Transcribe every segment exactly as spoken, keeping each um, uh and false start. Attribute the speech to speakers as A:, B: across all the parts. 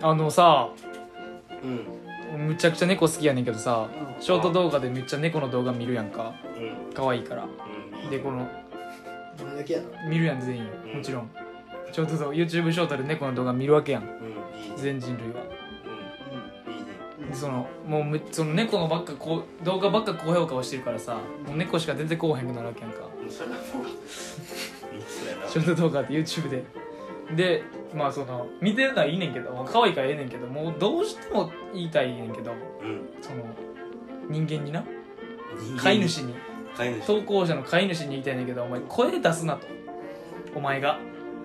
A: あのさ、
B: うん、
A: むちゃくちゃ猫好きやねんけどさ、
C: うん、
A: ショート動画でめっちゃ猫の動画見るやんか。
B: うん、
A: 可愛いから。
B: うん、
A: でこの
C: 俺だけやな。
A: 見るやん全員、
B: うん
A: もちろん。ショート動画 YouTube ショートで猫の動画見るわけやん。
B: うん、いいね。
A: 全人類は。
B: うん、いいね。
A: でそのもうむその猫のばっかこう動画ばっか高評価をしてるからさ、もう猫しか出てこうへんくなるわけやんか。
B: それはもうそうやな。
A: ショート動画って YouTube で。でまあその見てるのはいいねんけど、可愛いからええねんけど、もうどうしても言いたいねんけど、
B: うん、
A: その人間にな、
B: 人間
A: 飼い主に
B: 飼い主
A: 投稿者の飼い主に言いたいねんけど、お前声出すなと、お前が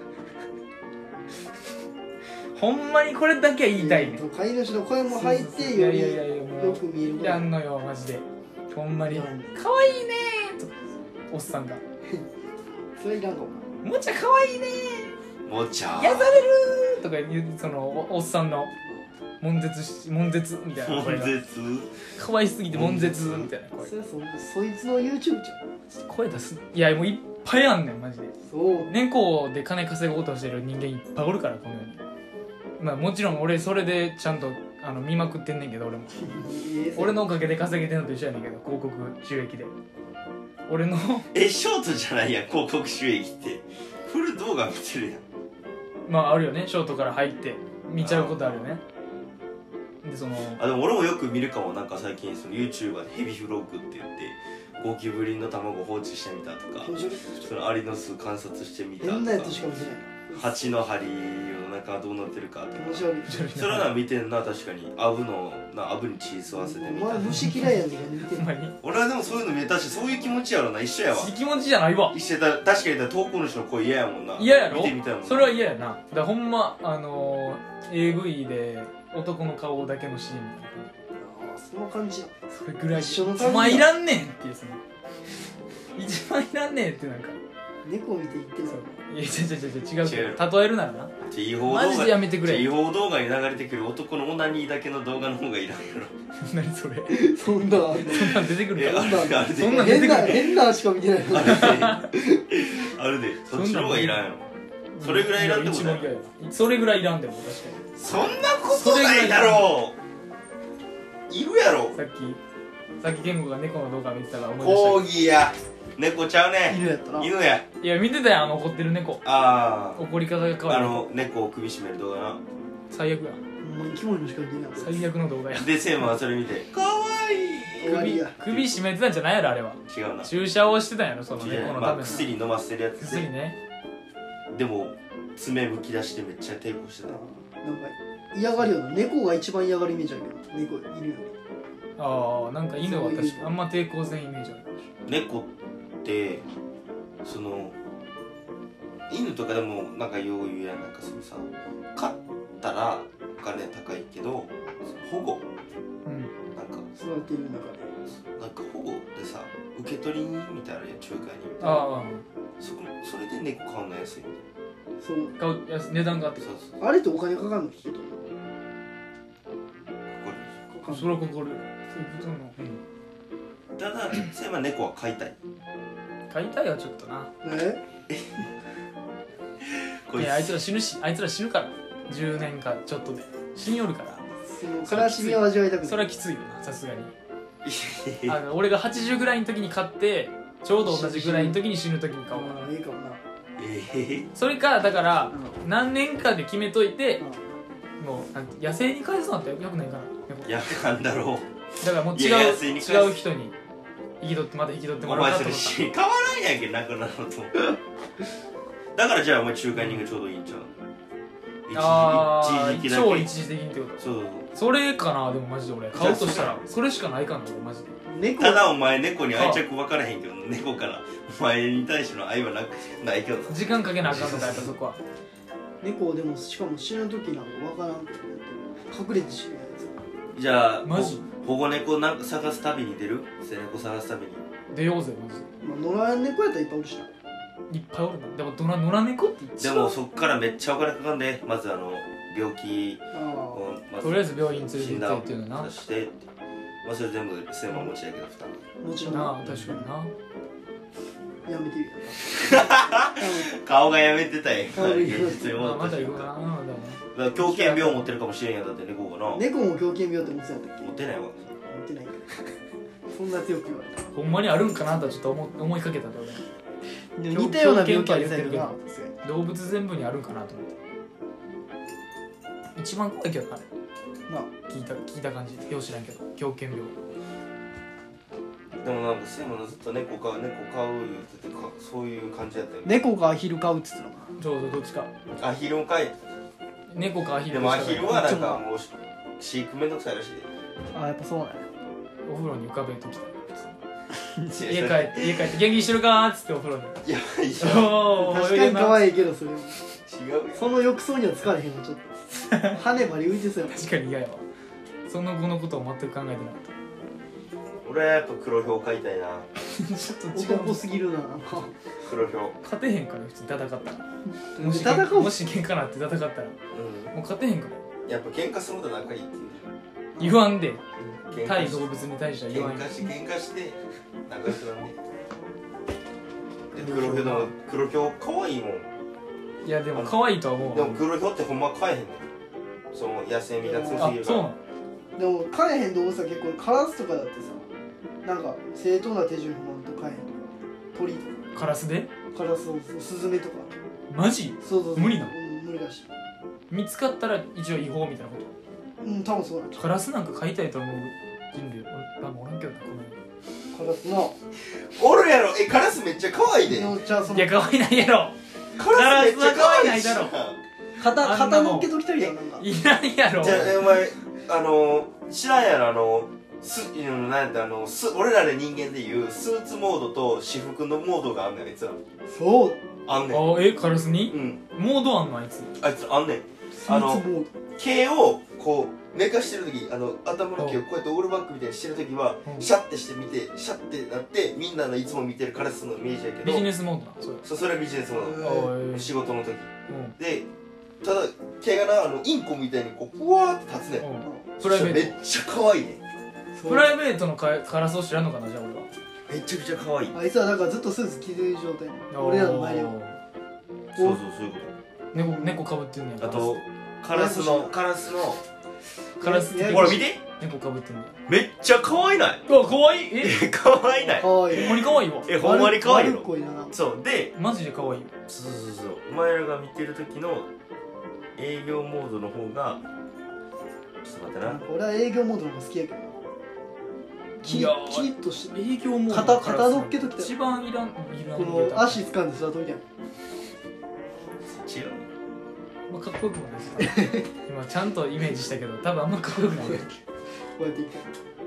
A: ほんまにこれだけは言いたいねん。
C: 飼い主の声も入って
A: そうそうそういや
C: より
A: いやいやいやもう
C: よく見える
A: いらんのよマジで。ほんまに
C: いらん
A: 可愛いねーとおっさんが
C: それいらんかもな。
A: もちゃ可愛いね
B: もちゃ
A: ー癒されるーとか言う、その お, おっさんの悶絶し悶絶みたいな声が
B: 悶絶
A: 可愛すぎて悶絶みたいな声。
C: それはそそいつの YouTube じゃん。
A: 声出す、いやもういっぱいあんねんマジで。
C: そう
A: 猫で金稼ごうとしてる人間いっぱいおるからこの世に。まあもちろん俺それでちゃんとあの見まくってんねんけど、俺も俺のおかげで稼げてんのと一緒やねんけど、広告収益で俺の
B: え、ショートじゃないやん、広告収益ってフル動画見てるやん。
A: まああるよね、ショートから入って見ちゃうことあるよね。でその
B: あ、でも俺もよく見るかも。なんか最近その YouTuber でヘビフロッグって言ってゴキブリの卵放置してみたとか、そのアリの巣観察してみたと
C: 変なやつ
B: か、
C: しか見てない。
B: 蜂の針の中どうなってるかとか、
C: 気持ち悪い。
B: それな見てんな。確かにアブのなアブに血吸わせてみた。
C: お前虫嫌いやんけど見てんの。
A: ほんまに
B: 俺はでもそういうの見えたし、そういう気持ちやろな。一緒やわ。
A: 気持ちじゃないわ。
B: 一緒だ。確かに投稿主の声嫌やもんな。
A: 嫌やろ
B: 見てみたいもんな。
A: それは嫌やな。だからほんまあのー、エーブイ で男の顔だけのシーンみたいな。
C: ああ、その感じや。
A: それぐらい
C: 一緒の感じや
A: お前いらんねんっていう、その一番いらんねんってなんか
C: 猫見て言ってんの。
A: いや違う違う違う違う
B: 違う
A: けど、例えるならな
B: 違法動画
A: マジでやめてくれ。
B: 違法動画に流れてくる男のオナニーだけの動画の方がいらんやろ。
A: 何それ
C: そんなあんの
A: そんなん出てくるか
B: えあるであるで
A: そんなん出てくる
C: 変な変なしか見てないの。
B: あるであるで。そっちの方がいらんやろ。それぐらいいらんってことだよ。
A: いや一番嫌やそれぐらいいらんでも確かに。
B: そんなことないだろう。いるやろ。
A: さっきさっき健吾が猫の動画見てたから思い
B: コ
A: 出し
B: ーギーや。猫ちゃうね。
C: 犬やったな。
B: 犬や。
A: た。いや見てたやん、あの怒ってる猫。
B: あ
A: 怒り方が変
B: あ。
A: わる。
B: あの猫を首絞める動画な。
A: 最悪や。
C: ほんまにキモいのしか見てない。
A: 最悪の動画や。
B: でセイマはそれ見てかわいい。
A: 首
C: 終わりや。
A: 首絞めてたんじゃないやろあれは。
B: 違うな。
A: 注射をしてたんやろその
B: 違うまあ
A: 猫のための
B: 薬飲ませてるやつで。
A: 薬ね。
B: でも爪むき出してめっちゃ抵抗してた。
C: なんか嫌がるよな。猫が一番嫌がるイメージあるけど、猫いるより。
A: ああ、なんか犬は
C: そういう
A: 確かあんま抵抗せんイメージある。
B: 猫ってその犬とかでもなんかよう言うやん。なんかそのさ、飼ったらお金高いけど保護
A: うん
B: なんか
C: 育てる中で。
B: なんか保護でさ受け取りみたいなのや仲介に
A: あ
B: そこそれで猫買うの安いみ
C: そう。
A: あ、買うやつ値段があって
B: たいな。そうそう
C: あれってお金かかるの聞くと。
B: ここ
C: かか
A: それは心る。そうそううん。
B: にただセイマは猫は飼いたい。
A: 買いたいはちょっとな。
C: え
B: こいつ
A: いやあいつら死ぬし、あいつら死ぬから。じゅうねんかちょっとで死によるから。
C: その悲しみを味わいたくない。
A: それはきついよな、さすがに。あの俺がはちじゅうぐらいの時に買ってちょうど同じぐらいの時に死ぬ時に買おうかな。
C: ああ、いいかもな。
B: ええ
A: それかだから
C: う
A: 何年かで決めといて、
C: ん。
A: もうなんて野生に返すのってよくないかな。猫
B: いやなんだろう。
A: だからもう違
B: いうや野
A: 違
B: 生に返す
A: う人に引き取ってまた引き取っても
B: お前
A: らうかと
B: それ
A: 思った。
B: し変わらんやんけなくなるのとだからじゃあお前仲介人がちょうどいいんちゃう。
A: ああ、
B: 一時一時期だけ
A: 超一時的にってこと。
B: そうそう
A: それかな。でもマジで俺買うとしたらそれしかないかな俺マジで。
C: 猫
B: ただお前猫に愛着分からへんけど猫からお前に対しての愛はなくないけどな。
A: 時間かけなあかんのかやっぱそこは。
C: 猫でもしかも死ぬ時なんかわからんけど隠れて死ぬやつ。
B: じゃあ
A: マジ
B: ほ保護猫なんか探す旅に出る。捨て猫探す旅に。
A: 出ようぜマジで。
C: まあ野良猫やったらいっぱいおるしな。
A: いっぱいおるな。でもドラ野良猫って一番
B: でもそっからめっちゃお金かかんで。まずあの病気
C: あ
B: をまず
A: とりあえず病院連れて行
B: 診断
A: ってっていうのな。
B: さしてってまあそれ全部せいま持ちやけど負担。
C: あ、もちろん
A: なあ確かにな。
C: やめてるやん。
B: 顔がやめてたい。
C: 顔がやめて
B: 実
A: まあまた行こう
B: か
A: かな。まだね。
B: だから狂犬病持ってるかもしれんやんだって猫がな。
C: 猫も狂犬病って持ってたんだっけ？
B: 持ってないわ。
C: 持ってないからそんな強く言われた。
A: ほんまにあるんかなとはちょっと思思いかけたんだよね。
C: でも似たような病気ありそうやけどな。
A: 動物全部にあるんかなと思って。一番怖いけどなあれ。
C: な
A: 聞いた聞いた感じ。よう知らんけど狂犬病。
B: でもなんかセイもずっと猫飼う猫飼う言っててかそういう感じやったよね。
C: 猫かアヒル飼うっつってたのか
A: ちょうどどっちか。
B: アヒルも飼え。
A: 猫かアヒル
B: でもア
A: どっちか
B: ヒルはなんかもう飼育めんどくさいらしいで。
C: な。あやっぱそうなんや。
A: お風呂に浮かべときた。
B: い
A: 家帰って家帰って元気してるかーっつってお風呂に。
B: やばいじゃん。
A: おー
C: 確かに可愛いけどそれも
B: 違うよ。
C: その浴槽には疲れへんのちょっと羽まで浮いてそうやもん。
A: 確かに嫌やわ。その後のことを全く考えてなかっ
B: 俺はやっぱ黒ひょう飼いたいな。
A: た。ちょっと違
C: 男
A: う。
C: すぎるななんか
B: 黒ひょ
A: 勝てへんから普通に戦ったら。もし
C: 戦おう
A: もし喧嘩なって戦ったらも
B: う。
A: う勝てへんから。
B: うん。やっぱ喧嘩するのと仲いいっていう。
A: 言わんで。
B: 喧嘩し
A: 対動物に対しては言わんよ。
B: 喧嘩し喧嘩して仲良くなんね。で黒ひょうでも黒ひょう可愛いもん。
A: いやでも可愛いとは思うわ。
B: でも黒ひょうってほんま飼えへんねん。その野生味が強すぎるから。
A: あそうなの。
C: でも飼えへん動物は結構カラスとかだってさなんか正当な手順踏まんと飼えへんとか鳥と
A: カラスで
C: かカラスをスズメとか
A: マジ
C: そうそうそう
A: 無理なの
C: うん無理だし
A: 見つかったら一応違法みたいなこ
C: うん多分そうなんちゃ
A: と。カラスなんか飼いたいと思う人類多分おらんけどなこの
C: うカラスな
B: おるやろ。えカラスめっちゃ可愛いで。
C: でもじゃあその
A: 世いや可愛いないやろ。
B: カラスめっちゃ可愛いし
A: カラスは可愛いないだ
C: 肩
A: あんなもん
C: 肩乗っけときたいやんなんか
A: いらんやろ。
B: じゃあえお前あの知らんやろあのすうんなんてあのす俺らで人間でいうスーツモードと私服のモードがあんねんあいつら。
C: そう
B: あんねん。
A: あえカラスに
B: うん
A: モードあんのあいつ。
B: あいつあんねん。
C: スーツモード
B: 毛をこう寝かしてる時あの頭の毛をこうやってオールバックみたいにしてる時は
A: うん
B: シャッてしてみてシャッてなってみんなのいつも見てるカラスのイメージやけど
A: ビジネスモードなそれ。
B: そうそれはビジネスモード
C: うん
A: あ
B: 仕事の時
A: うん
B: でただ毛がなあのインコみたいにこうふわーって立つねん。
A: うんプライベート
B: めっちゃ可愛いね。
C: そう
A: プライベートのカカラスを知らんのかなじゃあ俺は。
B: めちゃくちゃ可愛い。
C: あいつはだからずっとスーツ着てる状態俺らの前では
B: そうそうそういうこ
A: 猫猫かぶってんねや。
B: と。あとカラスのカラスの
A: カラスって
C: いや
B: ほら見て
A: 猫かぶってんね
B: めっちゃ可愛いない。
A: や。うわ可愛いえ
B: え可愛いない。
C: かわいい
A: ほんまに可愛いわ。
B: えほんまに可愛いの。
C: 悪っこいな
B: そうで
A: マジで可愛いよ。
B: そうそうそうお前らが見てる時の営業モードの方がちょっと待ってな。
C: 俺は営業モードの方が好きやけどなキリ
A: いやー
C: キリッとして
A: 営業モード
C: 肩
A: のカラス
C: 肩乗っけときた
A: 一番いらんいらん
C: この足掴んで座っときたい
B: 違う
A: まあかっこよくもないです今ちゃんとイメージしたけど多分あんまかっこよくない
C: こうやっていきたい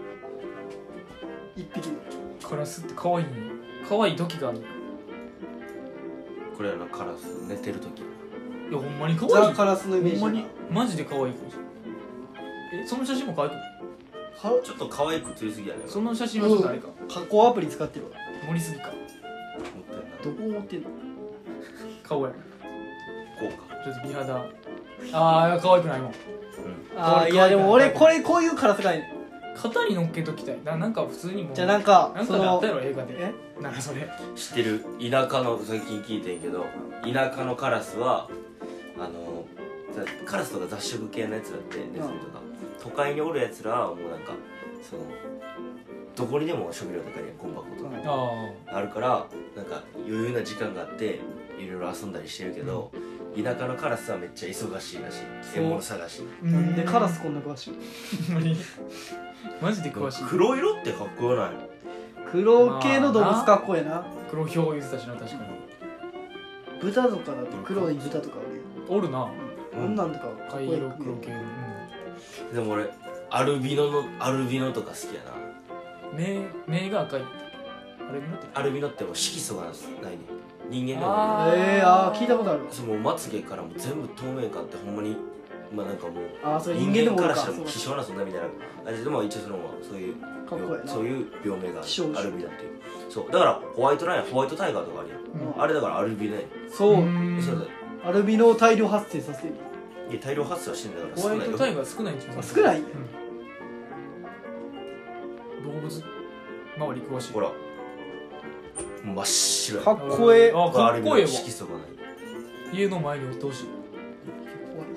C: 一匹で
A: カラスって可愛いね可愛い時があるの
B: これあのカラス寝てる時
A: いやほんまに可愛
C: ザ・
A: い
C: カラスのイメージ
A: ほんまに
C: だ
A: マジで可愛いかもしれないえその写真も可愛くない
C: な
B: ちょっと可愛く撮りすぎやね
A: その写真はちょっとあれか
C: 加工アプリ使ってるわ
A: 盛りすぎか
B: もったいな
C: どこ持ってんの
A: 顔や
B: こうか
A: ちょっと美肌あー可愛くないもん
B: うん
C: あーい
A: これ
C: やでも俺
A: 可愛い
C: これこういうカラスがいいね
A: 肩に乗っけときたいななんか普通にもう
C: じゃあなんか
A: なん
C: その
A: かであったやろ映画で
C: え
A: なんかそれ
B: 知ってる田舎の最近聞いてんけど田舎のカラスはあのカラスとか雑食系のやつだってネズミとか都会におるやつらはもうなんかそのどこにでも食料とかにコンバコとか
A: あ
B: あるからなんか余裕な時間があっていろいろ遊んだりしてるけど、田舎のカラスはめっちゃ忙しいらしい獲物探し
A: あ
C: なんでカラスこんな詳しい
A: ほんまにマジで詳しい
B: 黒色ってかっこよない
C: 黒系の動物かっこええな
A: 黒ひょう言ってたしな確かに
C: 豚とかだと黒い豚とかおるよ
A: おるな
C: こんなんとかかっこ
A: 灰
C: ええ
A: 色黒系の
B: でも俺アルビノのアルビノとか好きやな
A: うん目目が赤いあれ見なって
B: アルビノってもう色素がないね人間でも
A: あー
C: ええああ聞いたことあるわ
B: そうもうまつげからも全部透明感ってほんまにまあなんかもう
C: ああそれ
B: 人
C: 人間でもおる
B: 間から
C: かそう
B: したら希少な存在みたいな感じでも一応そのそういう
C: かっこええな
B: そういう病名が
C: 希少種
B: アルビノっていうそうだからホワイトラインホワイトタイガーとかあるやん
C: うん
B: あれだからアルビノやね
C: そう
A: ーん
B: そうだよ
C: アルビノを大量発生させる
B: いや大量発生はしてんだから
A: ホワイトタイ
B: ガ
A: ガー少ないんちゃう
C: あ少ないんや
A: うん動物周り詳しい
B: ほら真っ白や
C: かっこええ
A: あかっこええわ
B: 色素がない
A: 家の前におってほしい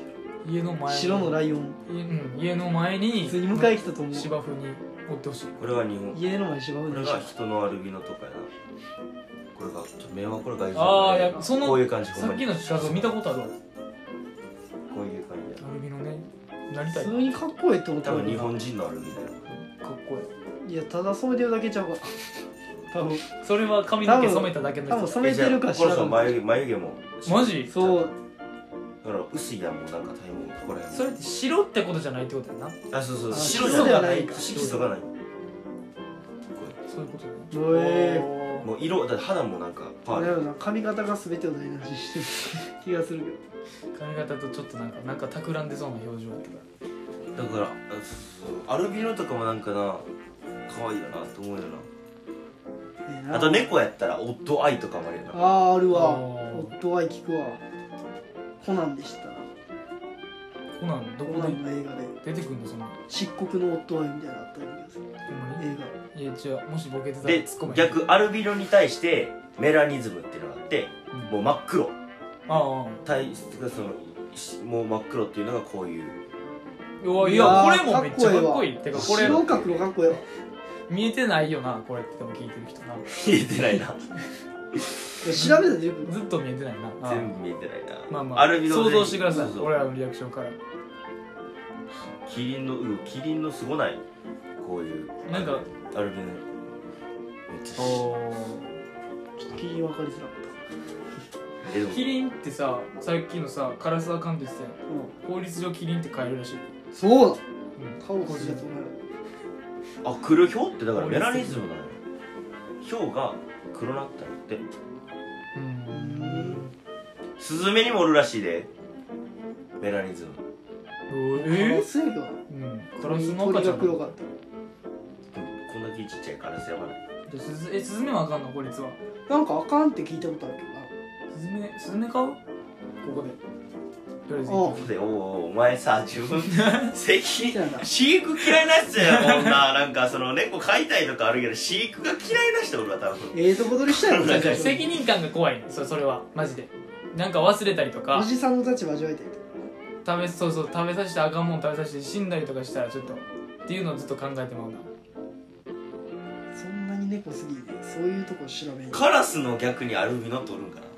A: 家の前に
C: 白のライオン
A: いうん家の前に
C: 普通に迎え来たと思う。
A: 芝生におってほしい。
B: これは日本
C: 家の前芝生
B: これ
C: に
B: が人のアルビノとかやな。これがちょっと目はこれが
A: ああいやその
B: こういう感じ。
A: さっきの画像見たことあるわ。
B: こういう感じ
A: アルビノねなりたい。
C: 普通にかっこいいって思った
B: 多
C: のに
B: 分日本人のアルビノや
A: かっこいい。
C: いやただ染めてるだけちゃうか多分
A: それは髪の毛染めただけの人。
C: 多分染めてるか知
B: この人
C: らない。
B: 眉毛眉毛も
A: マジ？
C: そう
B: だから薄いやんもうなんか体毛ここら辺
A: それって白ってことじゃないってことやな。
B: あそうそう
C: あ
B: 白
C: 白ではないか
B: 色素がない
A: そういうことね。
C: え
A: おー
B: もう色だって肌もなんかパール
C: あれやろな髪型が全てを台無しにしてる気がするけど
A: 髪型とちょっとなんかなんか企んでそうな表情やったから。
B: だからあそうアルビノとかもなんかな可愛いよなと思うよ
C: ええ
B: な。あと猫やったらオッドアイとかもあるよな。
C: あーあるわ
A: あー
C: オッドアイ聞くわコナンでした
A: コナンど
C: コナ
A: こで
C: ンの映画で
A: 出てくんのそんな。
C: 漆黒のオッドアイみたいなのあったんですよ
A: ほんまに？
C: 映
A: いや違うもしボケてたら
B: で
A: 突っ込め。
B: 逆アルビノに対してメラニズムっていうのがあって
A: うん
B: もう真っ黒
A: あ
B: 対そのしもう真っ黒っていうのがこういう
A: あ。うわい
C: いやー
A: やこれもめっちゃかっこいい。てかこれ
C: 白か黒かっこええわ
A: 見えてないよなこれってでも聞いてる人な。
B: 見えてないな
C: 調べたら出てくる
A: ずっと見えてないな。ああ
B: 全部見えてないな。
A: まあまあ
B: アルビノ
A: 想像してください
B: そうそう
A: 俺らのリアクションから。
B: キリンのうんキリンのすごないこういう
A: なんか
B: アルビノめっちゃ
A: お
C: ちょっとキリン分かりづらかっ
B: えでも
A: キリンってささっきのさ唐沢監督さ
C: たうん
A: 法律上キリンって変えるらしい。
C: そうだ
A: うん
C: 顔をするやつお前
B: あ黒ヒョウってだからメラニズムなのよ。ヒョウが黒なったのって
A: うん
B: スズメにもおるらしいでメラニズム。
A: え
C: カラスやけどな
A: うんカラスの赤ちゃん
C: 鳥が黒かった
B: こんだけちっちゃいカラスやばない
A: でスズえスズメはあかんの法律は。
C: なんかあかんって聞いたことあるけどな
A: スズメスズメ買うここでとりあえず
C: おう
B: でおおお前さ自分責任
C: そうやな
B: 飼育嫌いな人やもんな。なんかその猫飼いたいとかあるけど飼育が嫌いな人おるわ多分。
C: ええとこ取りしたやろ
A: じゃあじゃあ責任感が怖いねそそれはマジで。なんか忘れたりと
C: お
A: か
C: じさんの立場味わいたいと
A: 食べそうそう食べさせてあかんもん食べさせて死んだりとかしたらちょっとっていうのをずっと考えてまうな。
C: そんなに猫すぎてそういうとこ調べん
B: カラスの逆にアルビノっておるんかな。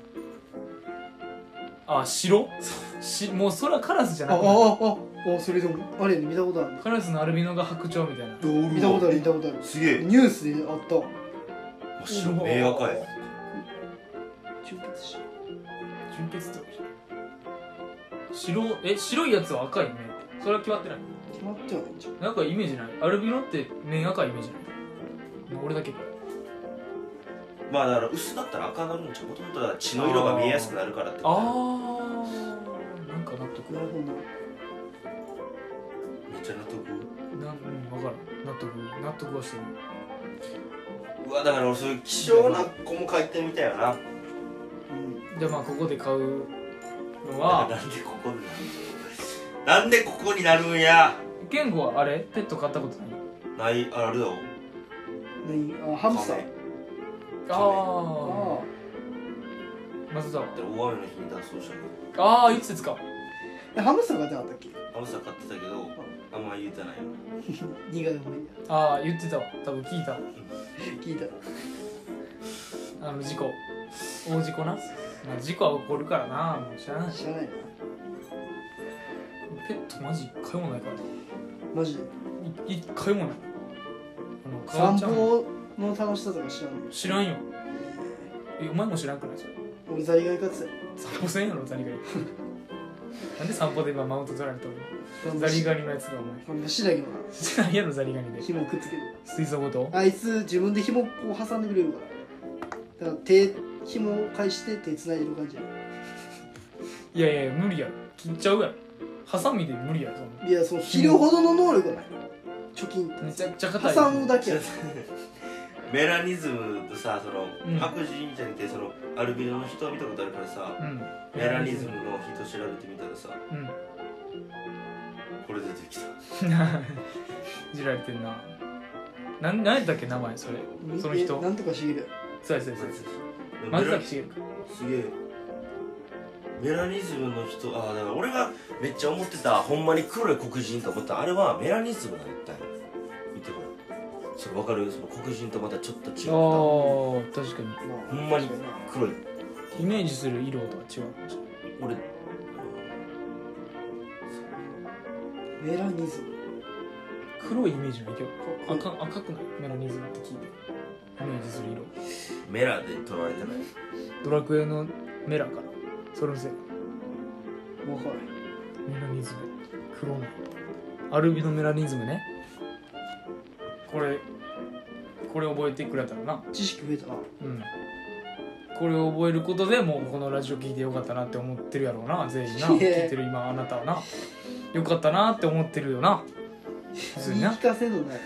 A: あ白しもうそらカラスじゃ
C: ああ
A: なくない
C: ああそれでもあれね見たことあるね
A: カラスのアルビノが白鳥みたいな。
C: 見たことある見たことある
B: すげえ
C: ニュースであったわ
B: 白目赤い。
C: 中血し
A: 純血ってことでしょ。白え白いやつは赤いねそれは決まってない。
C: 決まってはないんじゃん
A: なんかイメージないアルビノって目赤いイメージない。もう俺だけこれ
B: まあだから薄だったら赤なるんちゃう。もともと血の色が見えやすくなるからって。
A: あーなんか納得
C: なるほどな
B: めっちゃ納得。
A: なんうん分からん納得納得はしてる。
B: うわだから俺そういう希少な子も描いてみたいよな。
C: うん
A: じゃあまあここで買うの
B: な
A: は
B: んでここでなんでここになるんや。
A: 健吾はあれペット飼ったことない？
B: ないあるよ。
C: 何あハムスター
B: 亀
A: あ
C: あ
A: あ松田は
B: だって大雨の日に脱走したけど
A: ああいつですか。
C: あハムスターが出なかったっけ
B: ハムスター飼ってたけどあんま言うてないよ。
C: 苦い思い
A: ああ言ってたわ多分聞いた
C: 聞いたら
A: あの事故大事故な、まあ、事故は起こるからなもう知らない。
C: 知らないな
A: ペットマジ一回もないから
C: マジで
A: い一回もない。あの母
C: 散
A: ちゃん
C: 歩の楽しさとか知らんの
A: 知らんよ。えお前も知らんくないそれ。
C: 俺ザリガニ飼ってたよ
A: 散歩せんやろザリガニなんで散歩で今マウント取られたの。ザリガニのやつがお前
C: 虫だけどな
A: 知らんやろザリガニで
C: 紐くっつける
A: 水槽ごと。
C: あいつ自分で紐こう挟んでくれるからだから手紐を返して手繋いでる感じや
A: いやいや無理やろ切っちゃうやろハサミで無理やろそんない
C: やその切るほどの能力がない貯金って
A: めちゃくちゃ硬い
C: 挟むだけや
B: メラニズムとさその、
A: うん
B: 白人じゃなくてそのアルビノの人を見たことあるからさ、
A: うん
B: メラニズムの人調べてみたらさ
A: うん
B: これ出てきた。
A: いじられてんな。なん何やったっけ名前それその人。
C: なんとかしげる
A: そうやそうやそうや
B: でも
A: 松
B: メラ
A: 崎しげるか。
B: すげえメラニズムの人、ああだから俺がめっちゃ思ってたほんまに黒い黒人と思ったあれはメラニズムだったんや。見てほらそれ分かる？その黒人とまたちょっと違った
A: ああ確かに
B: ほんまに黒い
A: イメージする色とは違うかもしれない。
B: 俺
C: メラニズム
A: 黒いイメージないけど
C: かっこ
A: 赤赤くないメラニズムって聞いてイメージする色
B: メラで取られてない。
A: ドラクエのメラからそれのせい
C: 分からへん
A: メラニズム黒のアルビノメラニズムね。これこれ覚えてくれたらな。
C: 知識増えたな。
A: うんこれを覚えることでもうこのラジオ聞いてよかったなって思ってるやろうな全員な。聞いてる今あなたはなよかったなって思ってるよな普通にな
C: 言い聞かせんのない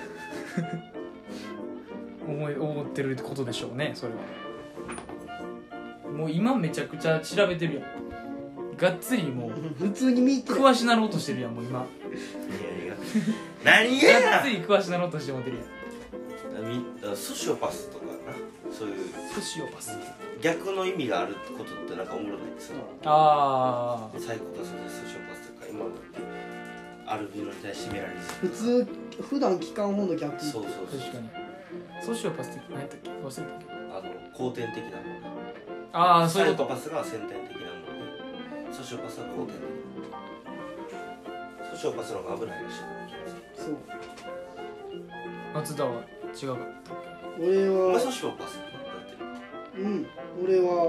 A: 思い思ってることでしょうねそれは。もう今めちゃくちゃ調べてるやんがっつりもう
C: 普通に見て
A: 詳しなろうとしてるやんもう今
B: いやいや何がや
A: がっつり詳しなろうとしてもってるやん。
B: みソシオパスとかなそういう
A: ソシオパス
B: 逆の意味があることってなんかおもろないその
A: ああ
B: サイコパスでソシオパスとか今のアルビノに対してメラニズム
C: 普通普段聞かん方の逆。
B: そうそうそう
A: 確かにソシオパスって何やったっけ忘れたけど
B: あの後天的なもの
A: ああそういうこと
B: サイコパスが先天的なものでソシオパスは後天的ソシオパスの方が危ないらしい。
C: そう
A: 松田は違うかったっ
C: 俺は
B: お前ソシオパスだって
C: うん俺は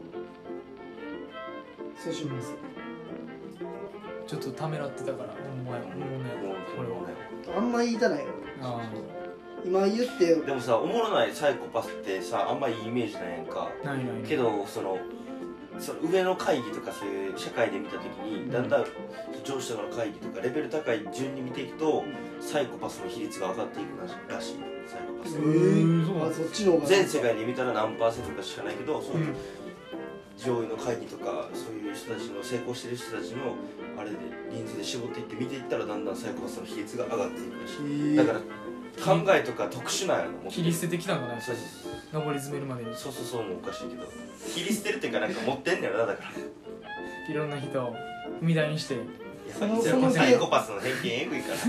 C: そうします。
A: けちょっとためらってたからほんまやもうね
B: もう
A: これは
C: あんま言いたないよ
A: あ
C: 今言って
B: でもさおもろないサイコパスってさあんまいいイメージないやんか。
A: あないないない
B: けどそのその上の会議とかそういう社会で見た時にだんだん上司とかの会議とかレベル高い順に見ていくとサイコパスの比率が上がっていくらしいサイコパス
C: え
A: へーそうなんだ
C: あそっちの方が
B: 全世界で見たら何パーセントかしかないけどそう
A: うん
B: 上位の会議とかそういう人たちの成功してる人たちのあれで人数で絞っていって見ていったらだんだんサイコパスの比率が上がっていくらしい。だから考えとか特殊なんやろもっと
A: 切り捨ててきたんかな
B: そう
A: 上り詰めるまでに
B: そうそうそうもおかしいけど切り捨てるっていうかなんか持ってんねやろなだから
A: いろんな人を踏み台にして
C: その
B: サ
C: その
B: イコパスの偏見えぐいから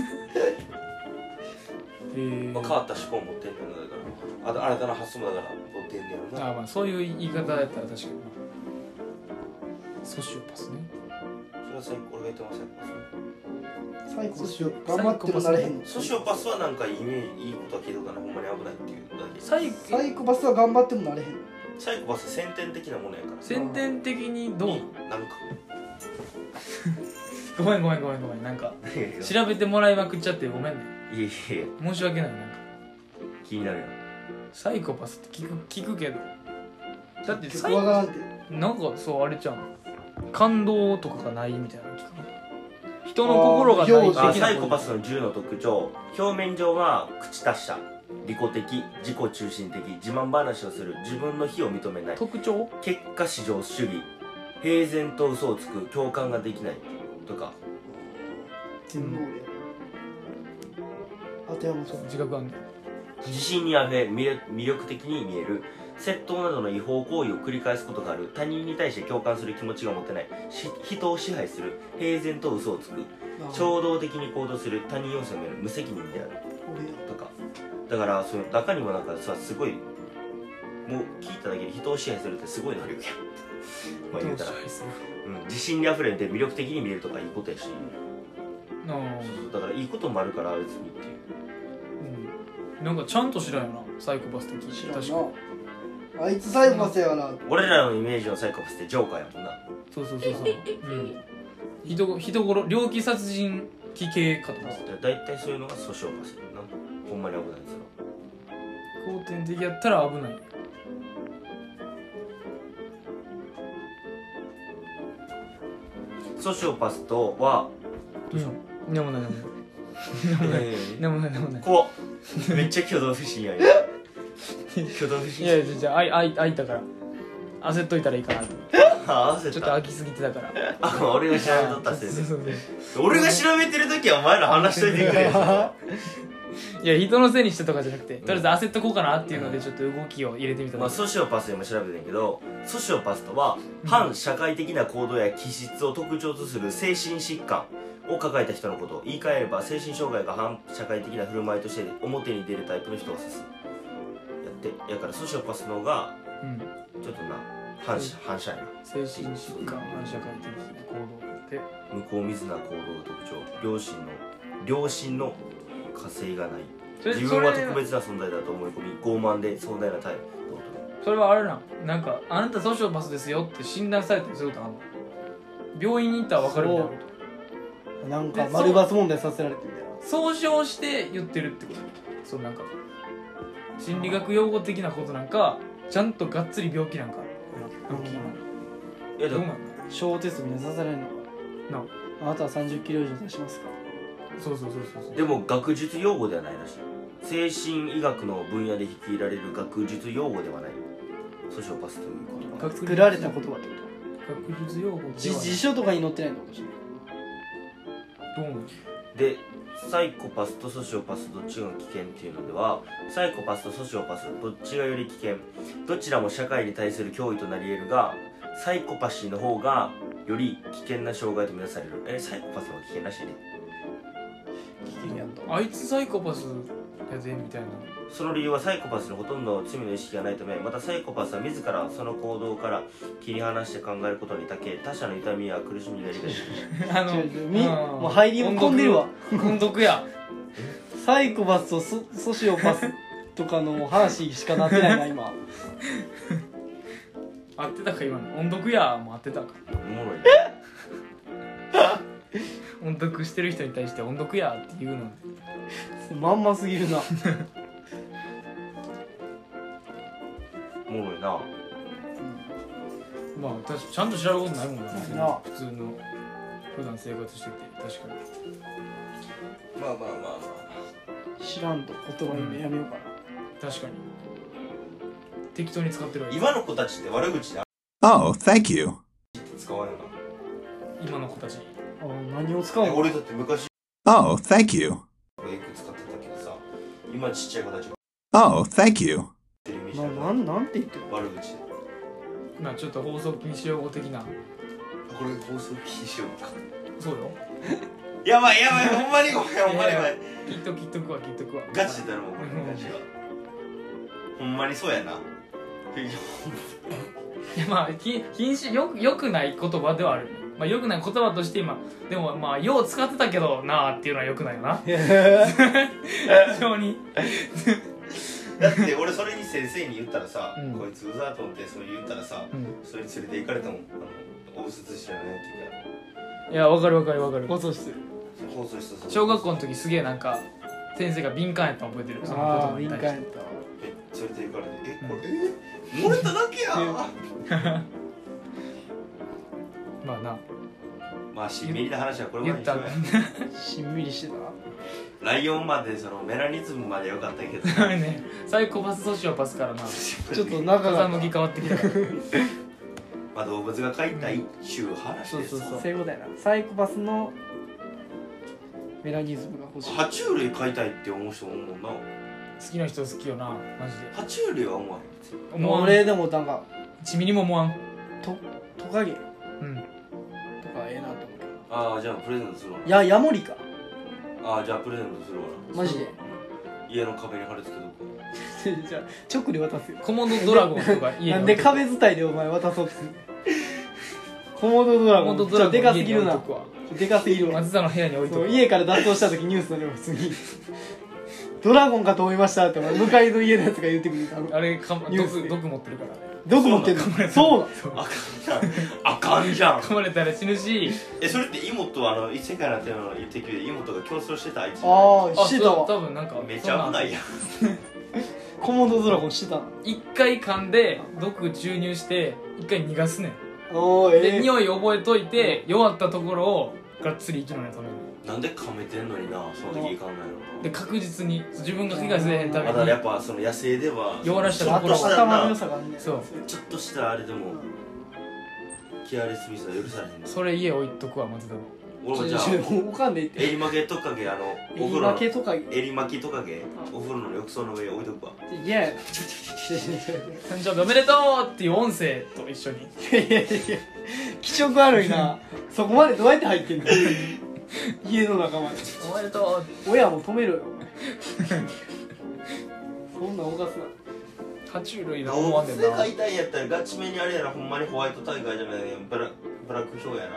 A: えー
B: まあ、変わった思考を持ってんねやろだからあと新たな発想もだから持ってんねやろな。
A: ああまあそういう言い方やったら確かになソシオパスね
B: それは最俺が言ってますよ
C: サイコしよう頑張ってもなれへんの。
B: ソシオパスはなんかイメージいいことは聞いたことないほんまに危ないっていうだけ。
A: サイ
C: サイコパスは頑張ってもなれへんの。
B: サイコパス先天的なものやから
A: 先天的にどう
B: になるか
A: ごめんごめんごめんごめんなんか
B: いやいや
A: 調べてもらいまくっちゃってごめんね
B: いやいや
A: 申し訳ないなんか
B: 気になるよ
A: サイコパスって聞く聞くけどだって
C: 結
A: サイ
C: 構わからんて。
A: なんかそうあれちゃん感動とかがないみたいなの聞く人の心がない的な
B: あサイコパスのじゅうの特徴表面上は口達者利己的自己中心的自慢話をする自分の非を認めない
A: 特徴
B: 結果至上主義平然と嘘をつく共感ができないとか
C: 全部俺や。当てはまそう。
A: 自覚あんねん
B: 自信にあふれ魅力魅力的に見える窃盗などの違法行為を繰り返すことがある他人に対して共感する気持ちが持てないし人を支配する平然と嘘をつく衝動的に行動する他人を責める無責任である
C: 俺や。
B: とかだからその中にもなんかさすごいもう聞いただけで人を支配するってすごい能力やまあ言うたら、
A: どう支配する
B: うん、自信にあふれて魅力的に見えるとかいいことやし
A: ああ
B: だからいいこともあるから別にっていう
A: うんなんかちゃんと知らんよなサイコパスって聞い
C: 知らん
A: て確か
C: な。あいつサイコパスやから。
B: 俺らのイメージのサイコパスってジョーカーやもんな
A: そうそうそうそううん人人殺猟奇殺人鬼系かと思って
B: だいたいそういうのがソシオパスやなほんまに危ないやつら
A: 後天的やったら危ない
B: ソシオパスとはどうしたの、
A: うんでもないでもないでもないでもない
B: 怖っめっちゃ挙動不審やん挙動不審
A: いやいやじゃあ開い開いたから焦っといたらいいかなと
B: あ焦った
A: ちょっと開きすぎてたから
B: あ俺が調べとったせいで
A: そうそうそう
B: 俺が調べてる時はお前ら話しといてくれよ
A: いや人のせいにしてとかじゃなくて、とりあえず焦っとこうかなっていうのでちょっと動きを入れてみた
B: まあ、
A: だけ。
B: ソシオパス今調べてんけど、ソシオパスとは反社会的な行動や気質を特徴とする精神疾患を抱えた人のことを、言い換えれば精神障害が反社会的な振る舞いとして表に出るタイプの人を指す。やってやからソシオパスの方が
A: うん
B: ちょっとな反社反社やな。
A: 精神疾患反社会的な行動で
B: 向こう水な行動が特徴、両親の両親の稼いがない、
A: それ
B: 自分は
A: それ
B: 特別な存在だと思い込み傲慢で壮大な態度をとる。
A: それはあれな、なんかあなたソシオパスですよって診断されたりすることあるの？病院に行ったら分かるみたいなこ
C: なんか丸抜問題させられてみたいな。
A: と総称して言ってるってこと。そうなんか心理学用語的なことなんかちゃんとがっつり病気なんか病気なの
B: いやでも
A: どうなの
C: 小テストみんなさせられるのか
A: な
C: あなたはさんじゅっキロ以上出しますか。
A: そうそうそうそうそう。
B: でも学術用語ではないらしい。精神医学の分野で率いられる学術用語ではないソシオパスという言葉。
C: 作られた言葉ってこと
A: 学術用語ではない
C: 辞辞書とかに載ってないってことじゃ
A: どうなの？
B: でサイコパスとソシオパスどっちが危険っていうのでは、サイコパスとソシオパスどっちがより危険、どちらも社会に対する脅威となり得るが、サイコパシーの方がより危険な障害とみなされる。えサイコパスの方が危険らしいね。
C: 危険やんと。
A: あいつサイコパスやでみたいな。
B: その理由はサイコパスにほとんど罪の意識がないため、またサイコパスは自らその行動から切り離して考えることに長け、他者の痛みや苦しみが理解できる。
A: あの
C: 違う違うみ
A: ん
C: もう入り込んでるわ。
A: 音読や。
C: サイコパスとソソシオパスとかの話しかなってないな今。
A: 合ってたか今の音読やも合ってたか。
B: おもろいね。
A: 音読してる人に対して音読やって言うの。
C: まんますぎるな。
B: おもろいな。
A: まあ私ちゃんと調べることないもんな。
C: な
A: 普通の普段生活してて確かに。
B: まあまあまあまあ。
C: 知らんと言葉にやめようかな。
A: 確かに適当に使ってるわ。
B: 今の子たちって悪口で
D: Oh, thank you.
B: 使わないか
A: 今の子たち。
C: あ何を使う
B: な。
C: の？
B: 俺だって昔
D: Oh, thank you.
B: 俺よく使ってたけどさ、今ちっちゃい子たちが
D: Oh, thank you.
B: テレビ
C: ななんなんて言ってるの？
B: 悪口で。
A: まあちょっと放送禁止用語的な。
B: これ放送禁止しようか。
A: そうよ。
B: やばいやばい、ほんまにごめん、ほんまにごめん。
A: きっときっとくわきっとくわ。
B: ガチでだろ、もうこれガチは。ほんまにそうやな。
A: いやまあき禁止よくよくない言葉ではある。まあよくない言葉として今でもまあよう使ってたけどなあっていうのはよくないよな。非常に。
B: だって俺それに先生に言ったらさ、
A: うん
B: こいつうざーと思ってそう言ったらさ、
A: うん
B: それに連れて行かれたもん。あの応接室やねって言ったら。
A: いやわかるわかるわかる。
C: 放送室。
B: 放送室さ。
A: 小学校の時すげえなんか先生が敏感やったの覚えてる。その
C: ああ
A: 言葉に対して。
C: 敏感やったわ。
B: え、連れて行かれて、え、これ、え、漏れただけや。
A: まあな
B: まあしんみりな話はこれ
A: 言った
B: までにしようや。
C: しんみりしてた。
B: ライオンまでそのメラニズムまでよかったけど
A: ねサイコパスソシオパスからな
C: ちょっと仲が
A: 風向き変わってきたから
B: まあ動物が描いた一種話です。
A: そうそうそう
C: そういうことやな。サイコパスのメラニズムが欲しい。
B: 爬虫類飼いたいって思う人思うもんな。
A: 好きな人好きよなマジで
B: 爬虫類は思わへん別に。
A: 思わん
C: 俺でもなんか
A: いちミリも思わん
C: トトカゲとか
A: うん
C: ええなと思うけど。
B: ああ、じゃあプレゼントするわ。
C: いやヤモリか。
B: ああ、じゃあプレゼントするわな。
C: マジで。
B: 家の壁に貼り付けとく。
C: じゃあ直で渡すよ。
A: コモドドラゴンとか家に
C: なんで壁伝いでお前渡そうとする。コモドドラゴン。
A: コモドドラゴン
C: ちょでかすぎるな
A: 家に置いとくわ。
C: でかすぎるわ。
A: 松田の部屋に置いとく
C: そう家から脱走した時ニュースなのよ普通に。ドラゴンかと思いましたってお前向かいの家のやつが言ってくる。あの
A: あれか
C: ニュースで
A: 毒毒持ってるから
C: どこ持ってんの？そうなの。
B: あかんじゃん。あかんじゃん。
A: 噛まれたら死ぬし
B: え、それって妹はあの異世界の手の敵で妹が競争してたあいつ。
C: ああ
A: あそう
C: してたわ。
A: 多分なんか
B: めっちゃ危ないやん。
C: コモドドラゴンしてたの。
A: 一回噛んで毒注入して一回逃がすねん
C: おーええ。
A: で匂い覚えといて弱ったところをがっつり生きのねために
B: なんで噛めてんのにな、その時いかんないの。
A: で確実に自分が怪我せえへんため
B: まだやっ
A: に
B: ぱその野生では
A: 弱らした
B: ちょっ
A: とことろ
B: したらな
C: 頭の良さがあるね。
A: そう
B: ちょっとしたあれでもケアレスミスは許されへんの。
A: それ家置いとくわ松田の
B: 俺もじゃあ
C: ちょちょもうわかんねえって
B: 襟巻きトカゲあのお風呂
C: 襟
B: の
C: 負けとかい
B: 襟巻きトカゲお風呂の浴槽の上に置いとくわ
C: やいや
A: 誕生日おめでとうっていう音声と一緒に
C: いやいやいや気色悪いなそこまでどうやって入ってんの家の中まで
A: おめでとう
C: 親も止めろよお前そんなんおかすな
A: 爬虫類な思わんねんな
B: 動物で飼いたいんやったらガチめにあれやなほんまにホワイトタイガーじゃないブラブラックヒョウやな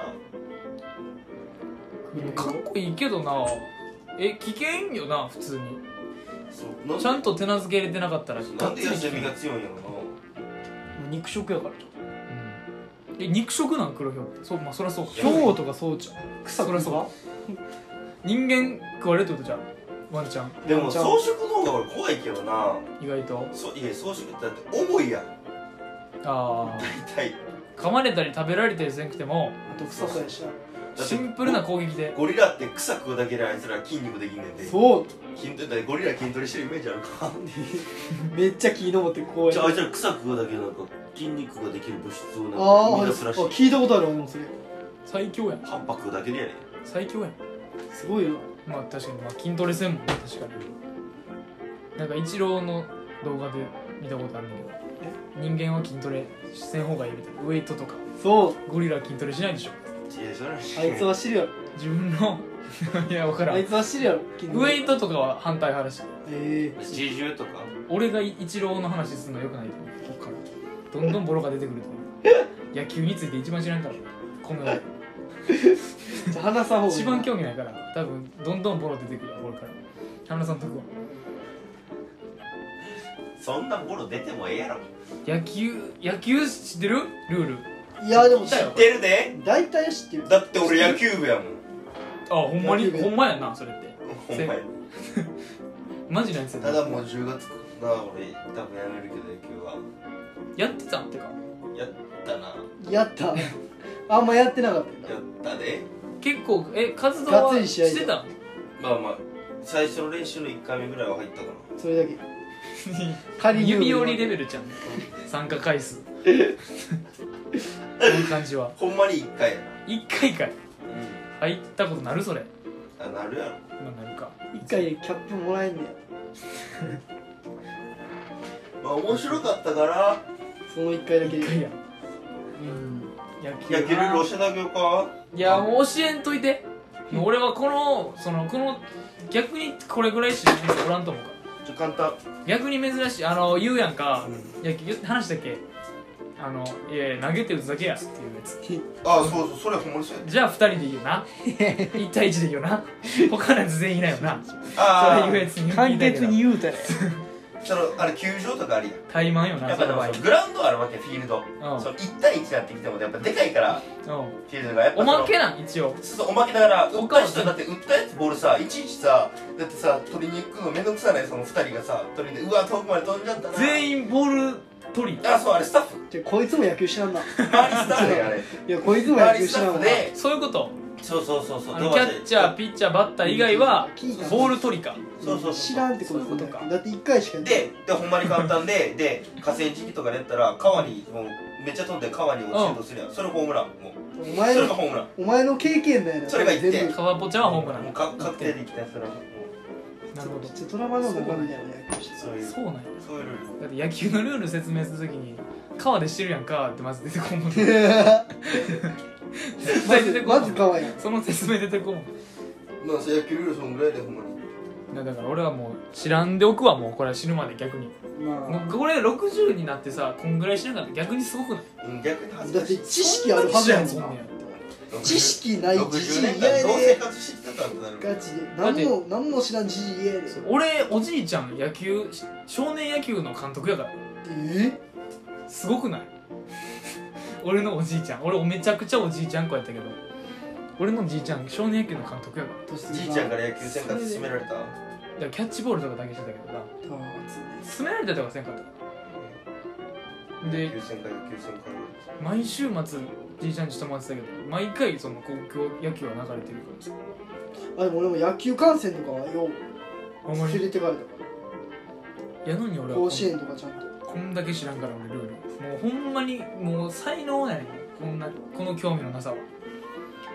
A: かっこいいけどなえ危険よな普通に
B: そうなんで
A: ちゃんと手なずけ入れてなかったら
B: なんで野生味が強いんやろ
C: 肉食やから
A: うんえ肉食なん黒ヒョウってそうまあそりゃそう
C: ヒョウとかそうじゃん草
A: そりゃそう人間食われるってことじゃんワンちゃん
B: なでも草食の方が俺怖いけどな
A: 意外と
B: そいや草食ってだって重いやん
A: あ
B: 大体
A: あ噛まれたり食べられたりせんくても
C: あと草そうやしな
A: シンプルな攻撃で
B: ゴリラって草食うだけであいつら筋肉できんねんで
C: そう
B: 筋トレゴリラ筋トレしてるイメージあるか
C: めっちゃ木登ってこうやって
B: じゃああいつら草食うだけでなんか筋肉ができる物質をなん
C: あー
B: か生み出すらしい
C: あ聞いたことあるわでもそれ
A: 最強やん
B: 葉っぱ食うだけでやねん
A: 最強やん
C: すごいよ
A: まあ確かにまあ筋トレせんもんね確かになんかイチローの動画で見たことあるんだけど人間は筋トレせん方がいいみたいなウェイトとか
C: そう
A: ゴリラ筋トレしないでしょ
B: いやそれは
C: あいつは知るやろ
A: 自分のいや分からんウ
C: あいつは知るやろ
A: ェイトとかは反対派らしい
C: ええ
B: 自重とか
A: 俺がイチローの話するのよくないと思うこっからどんどんボロが出てくると思う野球について一番知らんからこの世で
C: じゃあ話さん方がいい
A: 一番興味ないから多分どんどんボロ出てくるわ俺から花さんとこは
B: そんなボロ出てもええやろ
A: 野球野球知ってるルール
C: いやでも
A: 知ったよ
B: 知ってるで
C: 大体知ってる
B: だって俺野球部やもん
A: あほんまに
C: 野球部
A: ほんまやなそれって
B: ほんまや
A: マジなやつや
B: ただもうじゅうがつかな俺多分やめるけど野球は
A: やってたんてか
B: やったな
C: やったあんまやってなかった
B: やったで
A: 結構え活動
C: がっ
A: は
C: つり試合で
A: してたん
B: まあまあ最初の練習のいっかいめぐらいは入ったかな
C: それだけ仮
A: 指折りレベルじゃん参加回数こういう感じは
B: ほんまにいっかいやない
A: っかいかい
B: うん
A: 入ったことなるそれ
B: あなるやろ
A: まあなるか
C: 一回でキャップもらえんねや
B: まあ面白かったから
C: その一回だけで
A: いっかいやうん野球
B: 野球ルール教えてあげようか
A: いやもう教えんといてもう俺はこのそのこの逆にこれぐらい知らない人おらんと思うから
B: ちょ簡単
A: 逆に珍しいあの言うやんか、野球話したっけあのいやいや投げて打つだけやっていうやつ
B: ああそうそうそれほんまにそうや
A: じゃあふたりでいいよないち対いちでいいよな他のやつ全員いないよなそれ
B: あ
A: 言うやつに
C: 簡
A: 言いたいけど
C: 潔に言うたら
B: そのあれ球場とかあるやん
A: 怠慢よな
B: やっぱでも
A: その場合
B: そのグラウンドあるわけフィールド
A: うん
B: そのいち対いちになってきてもやっぱでかいから
A: うん
B: フィールドがやっぱ
A: お
B: その
A: まけなん一応
B: そうそうおまけだから打った人
A: 他は
B: だって打ったやつボールさいちいちさだってさ取りに行くのめんどくさないそのふたりがさ取りにうわ遠くまで飛んじゃったな
A: 全員ボール取り
B: あそうあれスタッフ
C: じゃあこいつも野球知らんな
B: 周りスタッフやあれ
C: いやこいつも野
B: 周りスタ
C: 球知らんわ
B: ッフで
A: そういうこと
B: そうそうそうそう
A: あのキャッチャーピッチャーバッター以外は
C: 聞いた
A: ボール取りか
B: そうそうそう
C: 知らんってこ
A: そういうことか
C: だって一回しかやって
B: ででほんまに簡単でで河川敷とかでやったら川にもうめっちゃ飛んで川に落ちるとするやんそれホームランもう
C: お前の
B: それがホームラン
C: お前の経験だよな
B: それが一点
C: 全部
A: 川ポチャはホームラン
B: もうか確定できたやつらもう
A: なるほど
C: ちょっとドラマの中みたいな野球して
B: そういう
A: そうなんや
B: そういうルール
A: だって野球のルール説明するときに川でしてるやんかってまず出てこんもん
C: た
A: 絶
C: まずま
A: 対出てこんもん
C: ず可愛い
A: その説明出てこんもん
B: まあ野球ルールそんぐらいでほんまに
A: だから俺はもう知らんでおくわもうこれは死ぬまで逆に
C: ま
A: もうこれろくじゅうになってさこんぐらいしなかったら逆にすごくない
B: うん逆に恥
C: あだって
B: ずかしい
C: 知識あるはずやもんな
A: そんなに
C: 知識ない
B: ろく
C: じじい
B: じゅうねん
C: 嫌や
B: 間どう生
C: で
B: 活してきたんってなる
C: ガチで
A: だって
C: 何も何も知らんじじい嫌やで
A: 俺おじいちゃん野球少年野球の監督やから
C: え
A: すごくない俺のおじいちゃん俺めちゃくちゃおじいちゃん子やったけど俺のじいちゃん少年野球の監督やから
B: じいちゃんから野球生活進められた
A: だからキャッチボールとかだけしてたけどな進められたりとかせんかったからで
B: 野球戦か野球戦か
A: 毎週末じいちゃんち泊まってたけど毎回その高校野球は流れてるからさ
C: あでも俺も野球観戦とかはよう
A: あんまり
C: 連れてかれたから
A: やのに俺は
C: 甲子園とかちゃんと
A: こんだけ知らんから俺ルールもうほんまにもう才能やねんこんなこの興味のなさは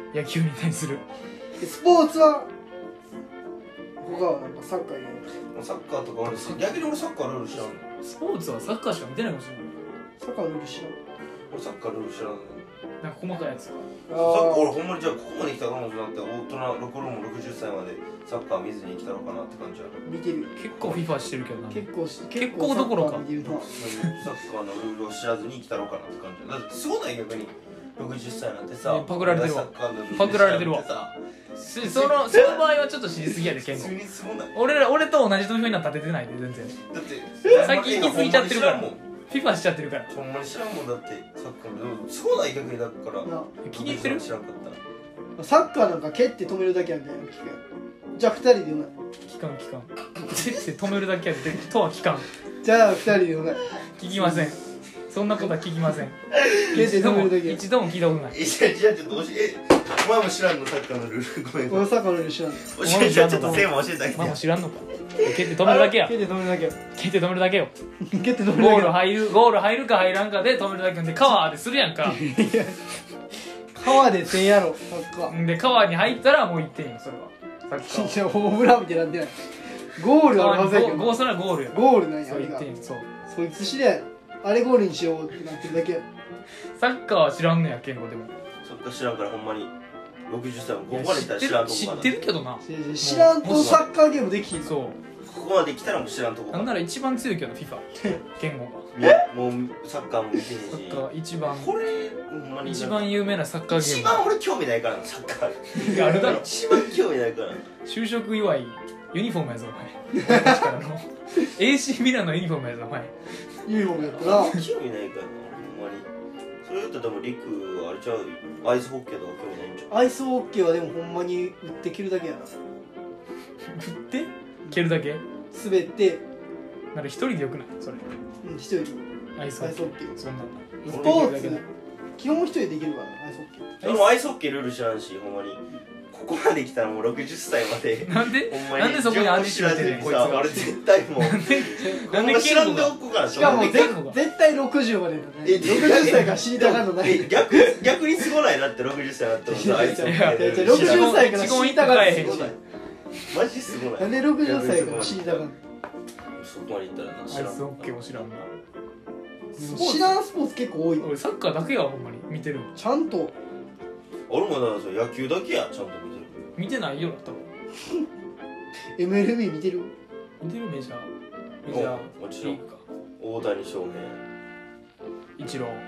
A: 野球に対する。
C: でスポーツは他はなんかサッカーやる
B: サッカーとか俺逆に俺サッカールール知らんの。
A: スポーツはサッカーしか見てないかもしれない。
C: サッカーのルール知らん
B: 俺サッカールール知らんの。
A: なんか細かいやつか。
B: サッカー俺ほんまにじゃあここまで来た彼女なんて大人ろくもろくじゅっさいまでサッカー見ずに来たのかなって感じある。
C: 見てる
A: 結構 フィファ してるけどな。
C: 結構し
A: 結構どころか
C: サッカー見てるな
B: サッカーのルールを知らずに来たのかなって感じだってすごない逆にろくじゅっさいなんてさ
A: いやパクられてるわ
B: サッカーのルール
A: パクられてるわ
B: 知らん
A: しそのその場合はちょっと知りすぎやで健
B: 普
A: 吾
B: 通にすごない。
A: 俺ら俺と同じ土俵には立ててないで全然
B: だって
A: 最近行き過ぎちゃってるから
B: ほんまに知らんもん。
A: フィファ しちゃってるから。
B: ほんまに知らんもんだってサッカーのルールすごない逆にだから
C: な
A: 気に入ってる
B: 知らんかったら
C: サッカーなんか蹴って止めるだけやみたいなの聞くやんじゃあふたりでうまい
A: 期間期間って止めるだけやでとは期間
C: じゃあふたりでうまい
A: 聞きません。そんなことは聞きません。
C: 蹴って
A: 一度も
C: 止めるだけや
A: 一度も聞いたことない。
B: えじゃあじゃあちょっと教えお前も知らんのサッカーのルールごめんごめん
C: 俺サッカーのルール知らん
B: 教えてちょっとテーマ教えてあげて
A: ママ知らんのか。蹴って止めるだけや
C: 蹴って止めるだけや
A: 蹴って止めるだけよ。
C: 蹴って止めるだけ
A: ゴール入るゴール入るか入らんかで止めるだけなんでカワーでするやんか。
C: いや川で点やろサッカー
A: んでカワーに入ったらもういってんよそれは。サッカー
C: じゃあホームランみたいになってないゴールあるはずやけど
A: ゴーそれはゴールや。
C: ゴールなんや
A: そう
C: あれが
A: 言ってんよそう。
C: そいつ知りゃあれゴールにしようってなってるだけや
A: サッカーは知らんねや健吾でも。
B: サッカー知らんからほんまにろくじゅっさいもこ
A: いや
B: こまで来たら知らんとこかな
A: 知ってるけどな。
C: 知らん知らんとサッカーゲームできひんの
A: そ
B: ここまで来たらもう知らんとこ
A: う。
B: か
A: なんなら一番強いけど フィファ 健吾が。
B: いやもうサッカーも見てへんし
A: サッカー一番
B: これほんまに
A: 一番有名なサッカーゲー
B: 一番俺興味ないからなサッカー
A: ムいやあるだろ。
B: 一番興味ないから
A: 就職祝いユニフォームやぞお前。俺たちからの エーシー ミランのユニフォームやぞお前。
C: ユニフォームやったら
B: 興味ないからなほんまにそれ言ったらでもリクあれちゃうアイスホッケーとか興味ないんちゃう
C: アイスホッケーはでもほんまに打って蹴るだけやな
A: 振って蹴るだけ。
C: 滑って
A: なんか一人でよくないそれ。
C: うん一人で
A: アイス
C: アイスホッケー
A: そんなん
C: スポーツ基本一人でできるからなアイスホッケー
B: 俺もアイスホッケールール知らんしほんまにここまで来たらもうろくじゅっさいまで
A: なんで
B: ほんまに
A: なんでそこに味知らずにこいつが
B: 俺絶対もう
A: なんで
B: 知らんでお
A: 健吾
B: こうから
C: しかもぜ
A: なんで健吾が
C: 絶対ろくじゅうまでだね
B: え
C: ろくじゅっさいから死にたがんのない
B: え逆逆にすごないなってろくじゅっさいになってもさアイスホッケ
C: いやいや
B: ー
C: ろくじゅっさいから死にたがるのすごない
B: マジすごない
C: なんでろくじゅっさいから死にたがんの
B: そこまで行ったらな
A: アイ
B: 知らん
A: スホッケーも知らんな。
C: 知らんスポーツ結構多い
A: 俺サッカーだけやほんまに見てる。
C: ちゃんと
B: 俺もだからそれ野球だけやちゃんと見てる
A: 見てないよな多分。
C: エムエルビー 見てる
A: 見てるメジャーメジャー
B: おもちろん
A: リーグか。
B: 大谷翔
A: イチロー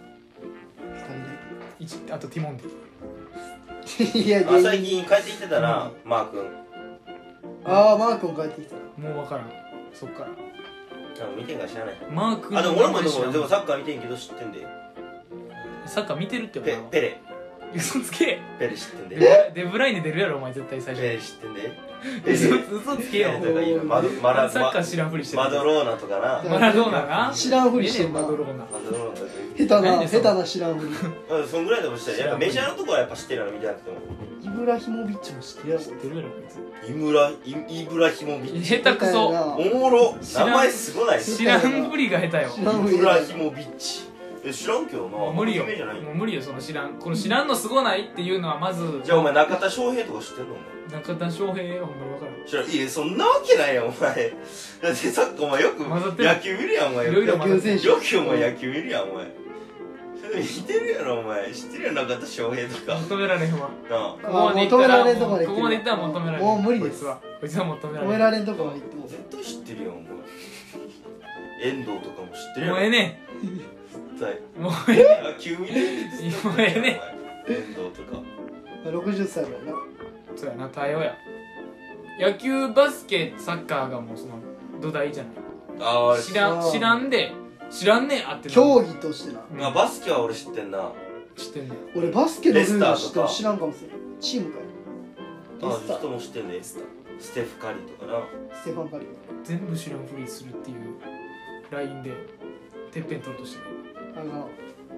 A: イチあとティモンディ。
C: いや
B: 平あ最
C: 芸人
B: 近帰ってきてたなマー君
C: ああマー君帰ってきた
A: もう分からんそっから。
B: あ見てんから知らない
A: マー君
B: あでも俺もで
A: 知らん
B: もでもサッカー見てんけど知ってんで
A: サッカー見てるってお前は。
B: ペペレ
A: 嘘つけ。
B: ペレ知ってん
A: デ
B: で
A: ブデブラインで出るやろお前絶対最初
B: ペレ
A: に。
B: 知ってんで
A: 嘘嘘つけよ。
B: とかいいのマドマラ
A: サッカー知らんふりしてる。
B: マドローナとかな
A: マラドーナな。
C: 知らんふりしてんな
A: マドローナ。
B: マドローナとか
C: 下手な
A: 何でその
C: 下手な知らんふり
B: うんそんぐらいでもしたらやっぱメジャーのとこはやっぱ知ってるの見てなくても
C: イブラヒモビッチも知ってるやろ
A: 知ってるやろこい
B: イムライイブラヒモビッチ
A: つ。下手くそ。
B: おもろ
A: 知らん
B: 名前すごない
A: 知らんふりが下手よ。
C: 知らんふり
B: イブラヒモビッチえ知らんけどな
A: もう無理よ。
B: 有名じゃない
A: もう無理よその知らん。この知らんのすごないっていうのはまず。
B: じゃあお前中田翔平とか知ってんのお前
A: 中田翔平ほんまに分からん。
B: 知らんいやそんなわけないやんお前だってさっきお前よく
A: 混ざってる
B: 野球見るやんお前
A: いろいろ
C: 野球選手
B: よくお前野球見るやんお前それ見てるやろお前知ってるやん中田翔平とか
A: 求められへんわ。
B: なあ
C: あ
A: ここまで行
C: 求めら
A: ったら
C: れんとこまで
A: ここまで行ったら求められへん。
C: もう無理です
A: こいつはこいつは求められへん。
C: 止められんとこまで行っても
B: 絶対知ってるやんお前遠藤とかも知ってるやろ
A: もうええね
B: 絶対
A: ん。もうええね
B: 野球見てるってずっと
A: もうええね
B: お前遠藤とか
C: ろくじゅっさいまでな
A: そうやな対応や。野球バスケサッカーがもうその土台じゃない。
B: ああ
A: 知らん
C: あー
A: 知らんで知らんねあってな
C: 競技としてな
B: まあバスケは俺知ってんな
A: 知ってんねん。
C: 俺バスケのルール知ってる
B: レスターとか
C: 知らんかもしれんチームかよレ
B: あ
C: スター
B: 人も知ってんねステフ・カリーとかな
C: ステファン・カリー
A: 全部知らんふりするっていうラインでてっぺん取ろうとしてる。
C: あの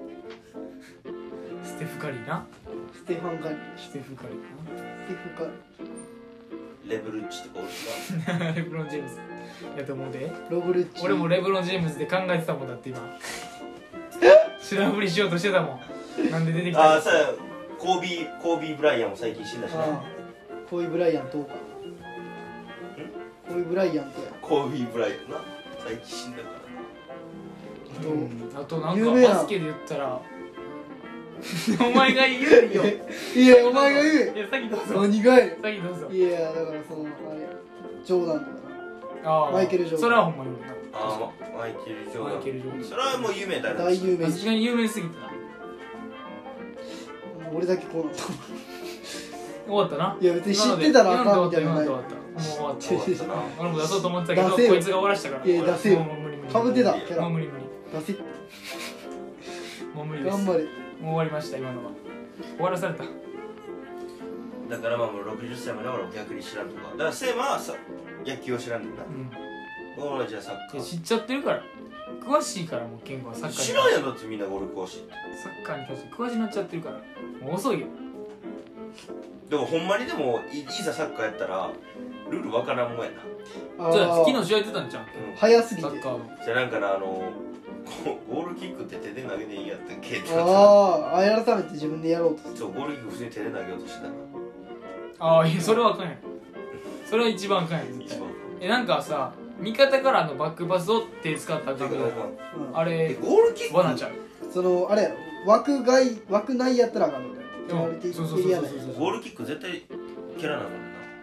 A: ステフカリーな。
C: ステファン・カリー
A: ステフカリ
C: ステフ・カリ
B: レブルッチとかおるし
A: ーな。レブロン・ジェームズやと思うで。
C: ーロブルッチ
A: 俺もレブロン・ジェームズで考えてたもんだって今知らんふりしようとしてたもん。なんで出てきた
B: なああそうやコービーコービーブライアンも最近死んだしね。
C: ああコービー・ブライアンとかコービー・ブライアンとや
B: コービーブライアンな最近死んだから
C: あと、
A: うん、あとなん
C: 有名な
A: かバスケで言ったらお前が言うよ。
C: いやお前が言え
A: いや先どうぞ。
C: 何がやねん
A: 先どうぞ。
C: いやだからそのあれジョーダンとか
A: あー
C: マイケルジョーダン
A: それはほんまに言うな。
B: ああマイケル・ジョーダン
A: マイケルジョーダン
B: それはもう有名だ
C: な大有名
A: 確かに有名すぎてな。
C: 俺だけこうなった
A: 終わったな。
C: いや別に知ってたらあかんみたいなのない
A: 今ので終わった。今ので終わった。もう終わった。
B: 終わったな
A: 俺も出そうと思ってたけど、こ
C: 出せよ
A: いつが終わらしたから。
C: いや出せよ
A: もう無理無理。
C: かぶってたキャラ
A: もう無理無理。
C: 出せ
A: もう無理です。
C: 頑張れ
A: もう終わりました今のは。終わらされた。
B: だからまあもうろくじゅっさいまで俺も逆に知らんとかだからセイマはさ野球を知らんねんな
A: うん。
B: 俺はじゃあサッカー
A: いや知っちゃってるから。詳しいからもう健吾はサッカーに。
B: 知らんやんだってみんなゴルフ詳しいって
A: サッカーに関して詳しくなっちゃってるから。もう遅いよ。
B: でもほんまにでもいいざサッカーやったらルールわからんもんやな
C: あ
A: じゃあ
C: あ
A: 昨日試合やってたんじゃん。
C: 早すぎて
A: サッカーの。
B: じゃあなんかなあのゴゴールキックって手で投げていいやったっけって
C: ああ改めて自分でやろうとする
B: そうゴールキック普通に手で投げようとしてたな
A: ああいやそれはあかんやん。それは一番あかんやん絶対。
B: 一番
A: えなんかさ味方からのバックパスを手使ったらあかんけど
C: うん
A: あれ
B: えゴールキック
A: 罠ちゃう。
C: そのあれやろ枠外枠内やったらあかんのだよ
A: でも
C: ペナルティ
A: そうそうそう
C: エリア内
A: そうそう
B: ゴールキック絶対蹴らなあかんな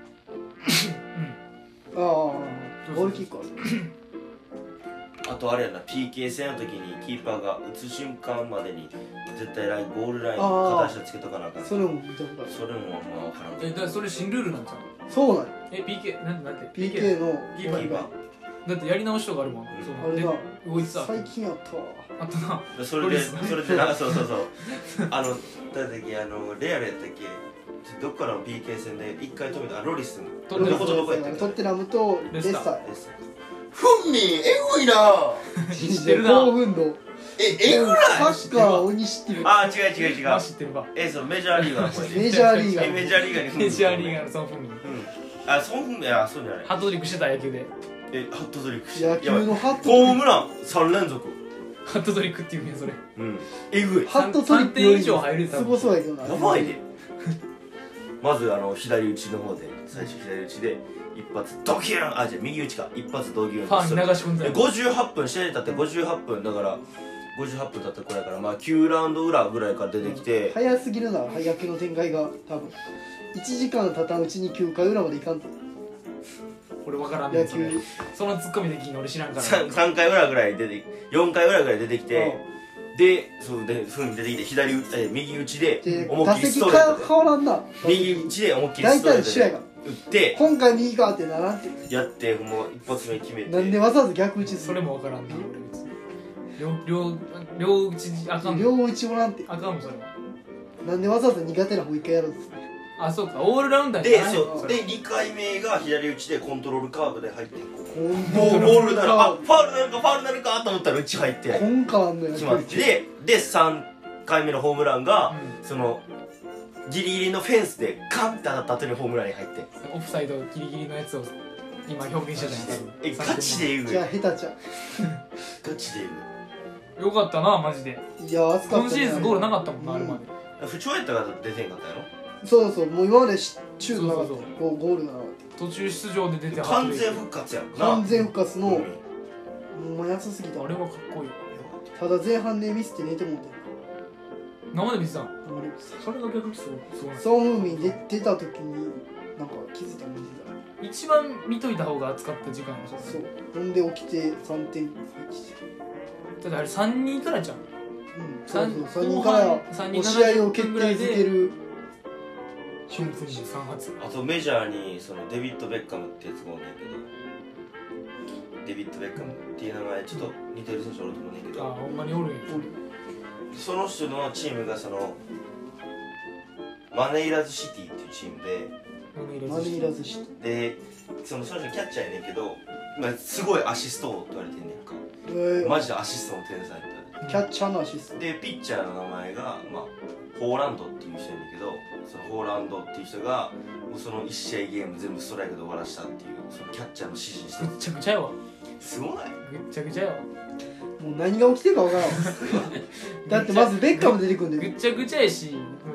C: ああゴールキックは
B: あとあれやな ピーケー 戦の時にキーパーが打つ瞬間までに絶対ラインゴールライン
C: あー
B: 片足をつけとかなあかん
C: それも見たことある
B: それもあんま分からん
A: えだからそれ新ルールなんちゃう。
C: そうなんや
A: え ピーケー なんてなんて
C: ピーケー の
A: ピーケー
B: キーパ
A: だってやり直しとかあるもん。
B: うん
A: そうで
C: あれな
A: 動いてた。
C: 最近やったわ
A: あとな
B: ーそれで
A: ロリスね
B: それでなそうそうそうあの誰だっけあのレアルやったっけどっかの ピーケー 戦で一回止めたあロリス
A: トッテナム
B: どことどこやったっけ
C: トッテナムとレスター
A: レ
B: レスフンミンえぐいな
A: 知ってるな
C: 興奮度
B: ええぐない
C: サッカー鬼知ってる
B: あー違う違う違
A: まあ
B: う
A: 知ってるわ。
B: えそのメジャーリーガーの声で
C: メジャーリーガ
B: えメ
C: ー
B: ジャーリーガーにフンミン
A: メジャーリーガーのソン・フンミン
B: うんあソンフンミンいやそうじゃない
A: ハットトリックしてた野球で。
B: えハットトリックし
C: 野球のハット
B: ホームランさん連続
A: ハットトリックっていうんやそれ。
B: うんえぐい
C: ハットトリック
A: さんてん以上入る
C: すごそうやけどな
B: やばいでまずあの左打ちの方で最初左打ちで一発ドキュンあじゃあ右打ちか一発ドキュン
A: ファンに流し込んだよ。
B: ごじゅうはっぷん試合だってごじゅうはっぷんだからごじゅうはっぷんだったくらいからまあきゅうラウンド裏ぐらいから出てきて
C: 早すぎるな野球の展開が多分いちじかん経たんうちにきゅうかい裏までいかんと
A: 俺分からんね
C: 野
A: んそれ
C: 球。
A: そのツッコミできんの俺知らんから。
B: さんさんかい裏ぐらい出てよんかい裏ぐらい出てきてでそうでふん出てきて左打え右打ちで
C: で
B: 思いっ
C: 打席
B: きりストレートで
C: 変わらんな
B: 右打ちで思いっきり
C: 大
B: ストレートで
C: 体一緒やから
B: 打って
C: 今回右かってならんって
B: やってもう一発目決めて
C: なんでわざわざ逆打ちす
A: それ
C: る
A: も分からんな俺別に。両両両打ちあかんの。
C: 両打ちおらんって
A: あかんのそれは。
C: なんでわざわざ苦手な方一回やろうとする
A: あそうかオールラウンダーじ
B: で
A: ゃないの
B: そうでにかいめが左打ちでコントロールカーブで入って
C: コン
B: もうボールならあファウルなるかファウルなるかと思ったら打ち入って
C: コンカあんのや
B: 決まってででさんかいめのホームランが、
A: う
B: そのギリギリのフェンスでカンって当たった後にホームランに入って
A: オフサイドギリギリのやつを今表現したじゃない
B: えガチで言う
C: じゃあ下手ちゃ
B: ガチで言
A: よかったなマジで。
C: ういや熱かった
A: 今シーズンゴールなかったもんな、
C: うん
A: あれまで。
B: う不調やったから出てんかったやろ
C: そうそうもう今までシュートなかった
A: そうそう
C: こうゴールがなかっ
A: 途中出場で出て
B: 完全復活やん
C: た完全復活の
B: うん
C: もう前熱すぎた
A: あれはかっこいい。
C: ただ前半でミスって寝てもうて
A: 生で見てたん。
C: 俺
A: それが逆にすごいすごい。
C: ソン・フンミンで出た時になんか気づいたもんね
A: 一番見といた方が熱かった時間やそ
C: そうほんで起きてさんてん入ってきて
A: だってあれさんにんからじゃん。
C: うん
A: さん
C: そうそうさんにんから
A: さんにん
C: もう試合を決定づける
A: シュンプンさん発。
B: あとメジャーにそのデビッド・ベッカムってやつがおんねんけどデビッド・ベッカムっていう名前ちょっと似てる選手おると思うねんけど
A: あほんまにおるんや。
B: その人のチームがそのマネイラズシティっていうチームで
C: マネーラズシ
B: でそのその人キャッチャーやねんけど、まあ、すごいアシスト王って言われてんねんか
C: えー
B: マジでアシストの天才って
C: キャッチャーのアシスト
B: でピッチャーの名前が、まあ、ホーランドっていう人やねんけどそのホーランドっていう人がもうそのいち試合ゲーム全部ストライクで終わらしたっていうそのキャッチャーの指示して
A: ぐっちゃぐちゃやわ。
B: すごない
A: ぐっちゃぐちゃやわ。
C: もう何が起きてるか分からんわだってまずベッカム出てくるん
A: ぐ
C: で
A: っちゃぐちゃやし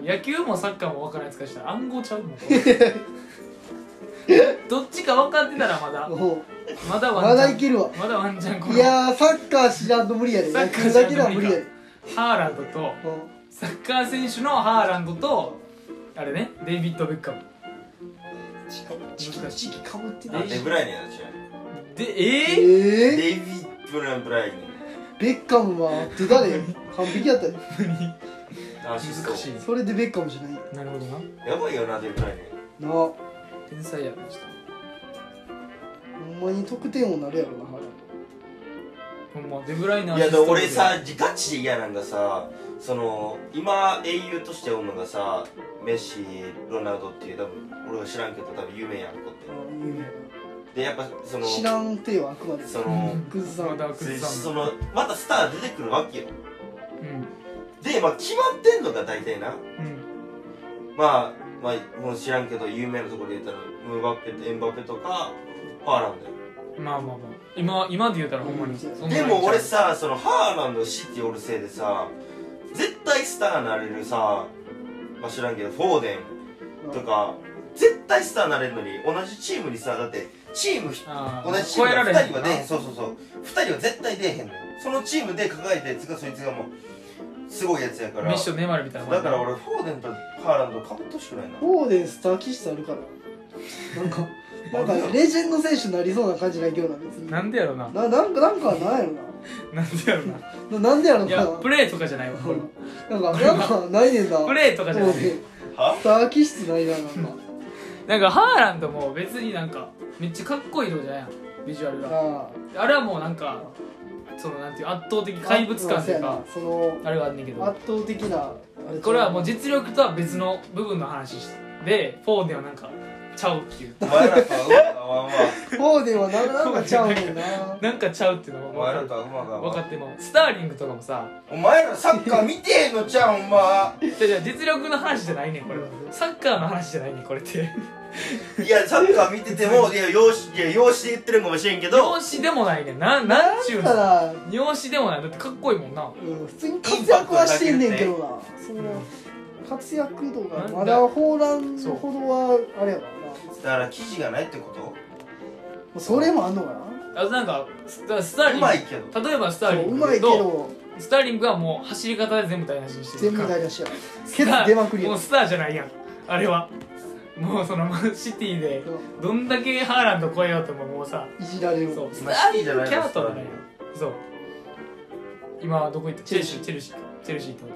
A: 野球もサッカーも分からんやつからしたら暗号ちゃうもんどっちか分かってたらまだ
C: もう
A: まだワ
C: ま
A: ンチャン
C: だいけるわ。
A: まだワンチャンこの
C: いやーサッカー知らんと無理やで。
A: サッカー
C: 野球だけでは無理やで。
A: ハーランドと
C: うん
A: サッカー選手のハーランドとあれねデイビッド・ベッカム
C: しかも時期時期かぶって
B: あ
C: ない
B: デブライネやな違う
A: でえー、
C: えー、
B: デイビッド・ブランブライネ
C: ベッカムは出たで完璧やったで。
B: あしそう
A: 難しい
C: それでベッカムじゃないよ
A: なるほどな
B: やばいよなデブライネ
C: なあほ
A: 天才やなちょっ
C: んまに得点王なるやろなハ
A: とほんまデブライナー
B: いやでも俺さガチで嫌なんがさその今英雄としておるのがさメッシロナウドっていう多分俺は知らんけど多分有名やんこって
C: ラン有名や
B: でやっぱその
C: な知らんてはあくまで
B: その
C: クズさん
A: まだクズさん
B: そのまたスター出てくるわけよ
A: うん
B: でまあ決まってんのが大体な
A: うん
B: まあまあもう知らんけど有名なところで言ったらムバッペとエンバペとかハーランドよ
A: まあまあまあ今今で言うたらほんまに
C: うん
A: そんな
B: でも俺さそのハーランドシティおるせいでさ絶対スターなれるさまあ知らんけどフォーデンとか絶対スターなれるのに同じチームにさだってチーム
A: あー
B: 同じチームが
A: 超えられ
B: ふた
A: へんもんな
B: りは出へんそうそうそうふたりは絶対出えへんのよそのチームで抱えてつかそいつがもうすごいやつやから
A: メッシとネイマールみたいなもん
B: だから俺フォーデンとハーランドかぶってほしくないな
C: フォーデンスター気質あるからなんかなんかレジェンド選手になりそうな感じないけどな別に
A: なんでやろな
C: ななんかなんかなんやろ
A: なんでやろな
C: なななんでやろ
A: いや
C: な
A: プレーとかじゃないわこれ
C: なんかなんかないねんな
A: プレーとかじゃない
C: フォーデン
B: は
C: スター気質ないななんか
A: なんかハーランドも別になんかめっちゃかっこいいとこじゃないやんビジュアルが
C: あ
A: あれはもうなんかそのなんていう圧倒的怪物感というか
C: その
A: あれがあんねんけど
C: 圧倒的なあれ
A: これはもう実力とは別の部分の話でフォーデンはなんかちゃうっていう
B: お前らとは馬がワンワン
C: フォーデンはななんかちゃうねんな
A: なんかちゃうっていうのが
B: お前ら
A: 分か
B: とは馬が
A: 分かってもスターリングとかもさ
B: お前らサッカー見てんのちゃうんま
A: いやいや実力の話じゃないねんこれサッカーの話じゃないねんこれって
B: いやサッカー見ててもいや容姿いや容姿で言ってるんかもしれんけど
A: 容姿でもないねんななんちゅうの
C: だから
A: 容姿でもないだってかっこいいもんな
C: うん普通に活躍はしてんねんけどなその活躍度がまだホーランドほどはあれやからな
B: だから記事がないってこと
C: もうそれもあんのかな
A: あとなんかスタスターリング
B: うまいけど
A: 例えばスターリング
C: そううまいけ
A: と
C: ど
A: スターリングはもう走り方で全部台無しにしてる
C: 全部台無しや
A: ス
C: ケツ
A: ター
C: 出まくりや
A: もうスターじゃないやんあれはもうそのマンシティでどんだけハーランド超えようとももうさ
C: いじられる
A: そうス
B: 今
A: ターリング
B: シティじゃない
A: キャラとはない
B: スターリン
A: やんそう今はどこ行ったチェルシーチェルシーかチェルシーと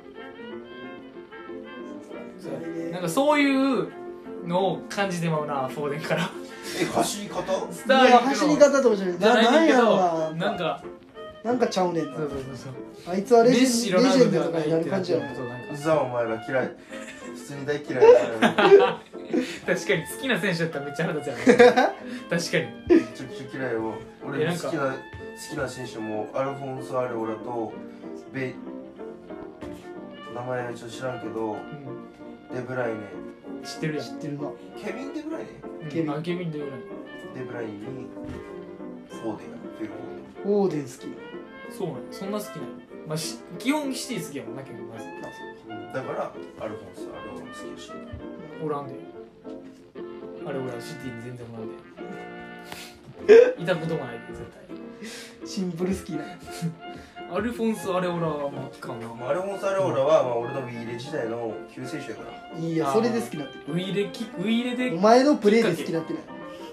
A: そうなんかそういうのを感じてまうなフォーデンから
B: え走り方
A: ス
C: いや走り方とかじゃない
A: じゃない
C: なんやろ
A: ねんけど
C: な
A: なんか
C: なんかちゃうねんな
A: そうそうそうそう
C: あいつはレ
A: メッ
C: ジェンレ
A: シロナウド
C: ジェンドとかにな
A: ではないって
C: る感じじゃない
A: そうなんか
B: うざお前ら嫌い普通に大嫌いだから
A: 確かに好きな選手だったらめっちゃ腹立つやろ確かに
B: めちゃくちゃ嫌いよ俺
A: えなんか
B: の好きな好きな選手もアルフォンソ・アレオラとベ名前はちょっと知らんけど
A: う
B: デブライネ
A: ん知ってるやん
C: 知ってるな
B: ケビン・デブライネ
A: うん
C: ケビン
A: あケビンでぐらい
B: デブライネにフォーデンやフィル・フォーデン
C: フォーデン好き
A: そうなんやそんな好きなんやまあし基本シティ好きやもんなケビンまず
B: だからアルフォンソ・アレオラも好きやし
A: おらんであれ俺はシティに全然おらんでいたこともないで絶
C: シンプル好きな
A: 対アルフォンス・アレオラはもうかな
B: アルフォンソ・アレオラは、まあ、俺のウィーレ時代の救世主やからだって
C: いやそれで好きになってる
A: ウイイレキウイイレで
C: お前のプレーで好きになってない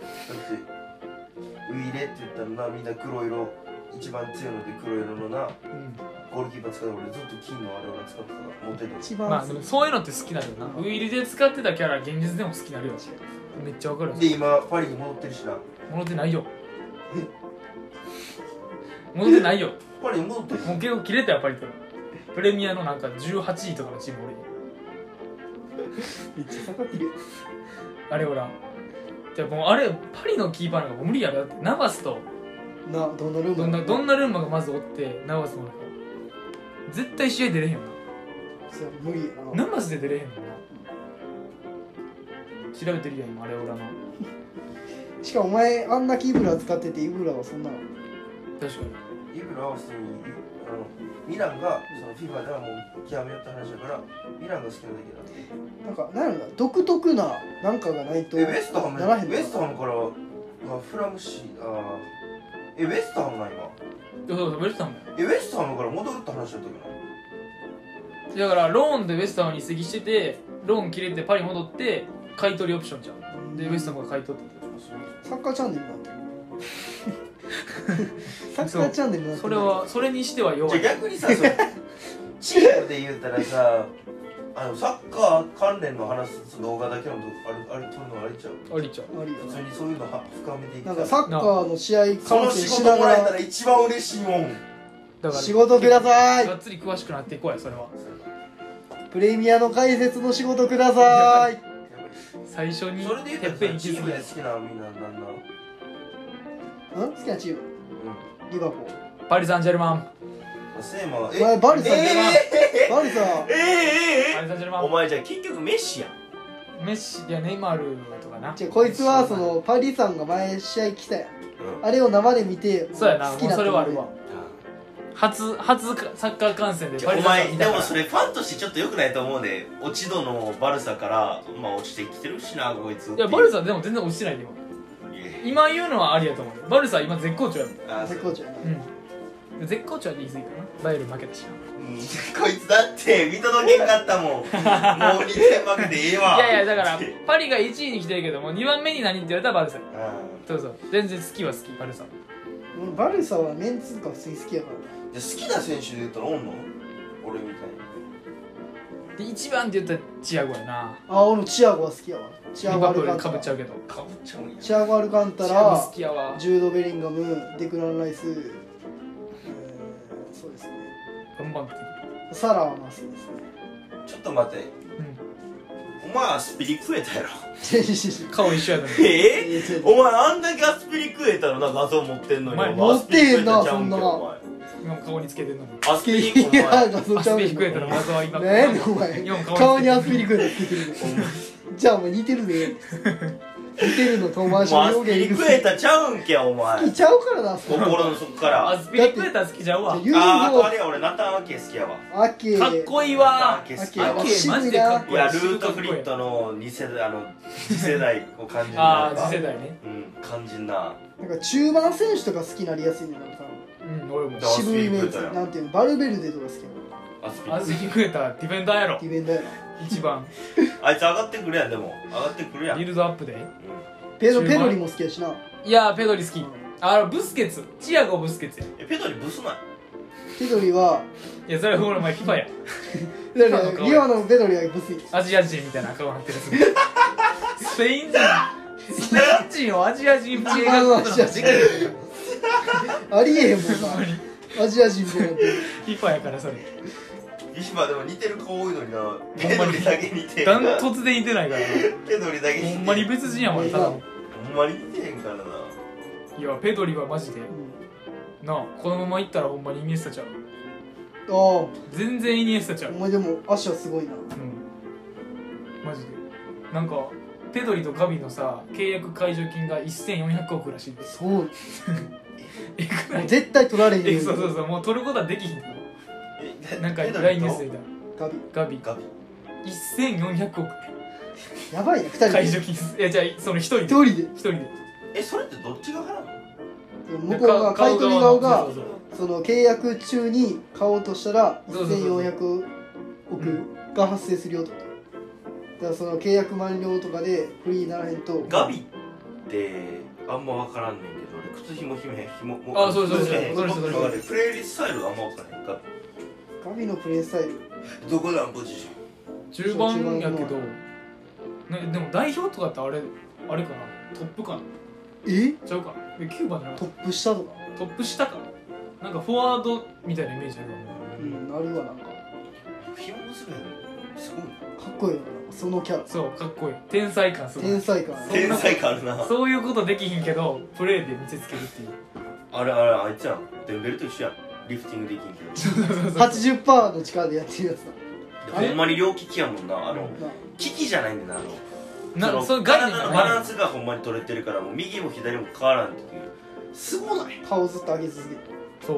B: ウィーレって言ったらなみんな黒色一番強いので黒色のな
A: うん
B: ゴールキーパー使って俺ずっと金のあれを使ってたから持ってた
C: 一番
A: まあでもそういうのって好きなるよなウイイレで使ってたキャラ現実でも好きになるよめっちゃわかる
B: で今パリに戻ってるしな
A: 戻ってないよ戻ってないよ
B: パリに戻ってる
A: もう結構切れたよパリからプレミアのなんかじゅうはちいとかのチーム俺
C: めっちゃ下がってるよ
A: あれほらじゃもうあれパリのキーパーなんかもう無理やろだってナバスと
C: なドンナルンマ
A: どんなどんなルンマがまずおってナバスの中絶対試合出れへんよ
C: そう無理や
A: な
C: な
A: ナバスで出れへんもんな調べてるやん今あれ俺の
C: しかもお前あんなキーブラ使っててイブラはそんな
A: 確かに
B: イブラは普通にあのミランがその FIFA ではもう極めよって話だからミランが好きなだけだって。
C: なんかなんやろな、独特ななんかがないと
B: えウエストハム
C: ならへんの
B: ウエストハムからあフラムシーあーえウエストハムな今
A: そうそうウエストハム
B: えウエストハムから戻るって話だったけど
A: だからローンでウエストハムに移籍しててローン切れてパリ戻って買い取りオプションじゃんでウエストハムが買い取って
C: サッカーチャンネルになってるサッカーチャンネルになってる
A: それはそれにしては弱い
B: じゃあ逆にさそうチームで言うたらさあのサッカー関連の話す動画だけのとこあれあれ撮るのあれちゃう
A: ありちゃう
C: ありや
B: 普通にそういうのは深めていきた
C: ないんかサッカーの試合
B: その
C: 観戦
B: 仕事もらえた
C: しながら
B: ら一番嬉しいもん
A: だから
C: 仕事ください
A: がっつり詳しくなっていこうやそれは
C: プレミアの解説の仕事ください
A: 最初に
B: それで言
A: てっ
B: うたら
A: ぺん行き過ぎや
B: チームで好きなみんななんな
C: うん好きなチームリバプール
A: パリ・サンジェルマン
B: セーマは
C: お前バルサ
B: え
C: バルサ
B: ー、えー、えー、
A: パリ・サンジェルマン
B: お前じゃあ結局メッシやん
A: メッシいやネイマールとかな
C: じゃあこいつはそのパリさんが前試合来たやん
B: うん
C: あれを生で見て
A: そうやな
C: 好
A: もう
C: きなってる
A: それはあるわ初初サッカー観戦でパリ・
B: お
A: サンジェルマン
B: 前
A: 見たから
B: でもそれファンとしてちょっと良くないと思うね落ち度のバルサからまあ落ちてきてるしなこいつ
A: いやバルサでも全然落ちてないで今今言うのはありやと思うバルサ今絶好調やもん
B: あ
C: 絶好調やな
A: うん絶好調は言い過ぎかなバイエルン負けたしな
B: うんこいつだって見届けんかったもんもうにてん負けてええわ
A: いやいやだからパリがいちいに来てるけどもにばんめに何って言われたらバルサ
B: う
A: そうそう全然好きは好きバルサ
C: うんバルサはメンツとか普通に好きやから
B: んで好きな選手で言ったらおんの俺みたい
A: でいちばんって言ったらチアゴやな
C: あ俺もチアゴは好きやわチアゴ・ア
A: リバプール
C: ルカンタラ
A: かぶっちゃうけど
B: なかぶっちゃうんや
C: チアゴ・アルカンタ
A: チアゴ
C: ラ
A: 好きやわ
C: ジュード・ベリンガムデクラン・ライス、えー、そうですね
A: バンバンって
C: サラはまあ好きですね
B: ちょっと待ってお前アスピリ食えたやろ
A: 顔一緒やのに
B: えー、お前あんだけアスピリ食えたらな画像持ってんのに
A: お前
B: お前アスピリ食えたちゃうんけ
C: 持ってへんな
B: お前
A: 今顔につけてんのに
B: アスピリお
C: いや
B: 前
C: 画像ちゃうねん
A: アスピリ食えたら画像は今
C: 何やねんお前
A: 今
C: 顔にアスピリクエタつけてるじゃあお前似てるね似てるの遠回しの
B: もうアスピリ
C: 表現
B: 食えたちゃうんけお前
C: いちゃうからなそこ
B: 心の底から
A: アスピリ食えたら好きちゃうわ
C: ユー
B: あーあとあ
C: ゴ
B: れや俺ナタンアケ好きやわ
C: アケ
A: かっこいいわ
B: アケ好き
C: アケ
B: やわ
A: アケマジでかっこいい
B: いやルートフリットのに世代あの次世代を感じる
A: ああ
B: なんか
A: 次世代ね
B: うん感じんな
C: なんか中盤選手とか好きになりやすいんだよ
A: うん俺も
B: だから
C: 渋いイメージ
B: アスピリクエタや
C: なんていうのバルベルデとか好きや
B: アスピリ
A: アスピリ食えたらディフェンダーやろ
C: ディフェンダーやな
A: 一番
B: あいつ上がってくるやんでも上がってくるやん
A: ビルドアップで
C: ペロ
A: 中盤
C: ペロリも好きやしない
A: やーペドリ好きあブスケツチアゴブスケツや
B: えペドリブスない
C: ペドリはい
A: やそれは俺お前フィファや
C: ペドリはリオのペドリはブスい
A: アジア人みたいな顔になってるやつスペイン人スペイン人をアジア人っぽい描くことなんてできないよ
C: ありえへんもん
A: ほんまに
C: なアジア人みたいになってる
A: フィファやからそれ
B: 今でも似てる子多いのになペドリだけ似て
A: ダン
B: んな
A: トツで似てないから
B: ペドリだけ似て
A: ほんまに別人やもんただの
B: ほんまに似てへんからない
A: やペドリはマジで
C: うん
A: なあこのままいったらほんまにイニエスタちゃう
C: あ
A: 全然イニエスタちゃ
C: あ
A: う
C: お前でも足はすごいな
A: うんマジでなんかペドリとガビのさ契約解除金がせんよんひゃくおくらしいです
C: そう
A: えぐない
C: 絶対取られへん
A: えそうそうそうもう取ることはできひんけ
B: え
A: どなんか
B: ペドリ
A: ライン
B: と
A: メッセージだ
C: ガビ
A: ガビ
B: ガビ
A: せんよんひゃくおく
C: やばいなふたりで
A: 解除金いやじゃあその一人で
C: 一人で
A: 一人で
B: えそれってどっちが払うの
C: 向こうが買い取り側が
A: そうそう
C: その契約中に買おうとしたら
A: そうそうそう
C: せんよんひゃくおくが発生するよとだからその契約満了とかでフリーにならへんと
B: ガビってあんま分からんねんけど俺靴ひも姫ひもも
A: あそうそうそう
B: 靴ひも
A: それそれそれ
B: わかるプレイリストスタイルあんま分からへんガ
C: ガビのプレースタイル
B: ビどこなんポジシ
A: 中盤やけどねでも代表とかってあれあれかなトップかな
C: え
A: ちゃうかなえきゅうばんじゃな
C: ト
A: い
C: ップ下とか
A: トップ下かなんかフォワードみたいなイメージあるわ
C: うんなるわなんか
B: ョンひも結べへんすごいな
C: かっこいいよなそのキャラ
A: そうかっこいい天才感すごい
C: 天才感
A: そんな
B: 天才感あるな
A: そういうことできひんけどプレーで見せつけるっていう
B: あれあれあいつやんデンベルと一緒やんリフティングできんけど
C: はちじゅっパーセント の力でやってるやつだ
B: ほんまに両利きやもんなあの
C: な
B: 利きじゃないんだよなあの
A: な
B: の
A: そういう概念
B: 体の
A: がない
B: バランスがほんまに取れてるからもう右も左も変わらんっていうすごない
C: 顔ずっと上げ続けて
A: そう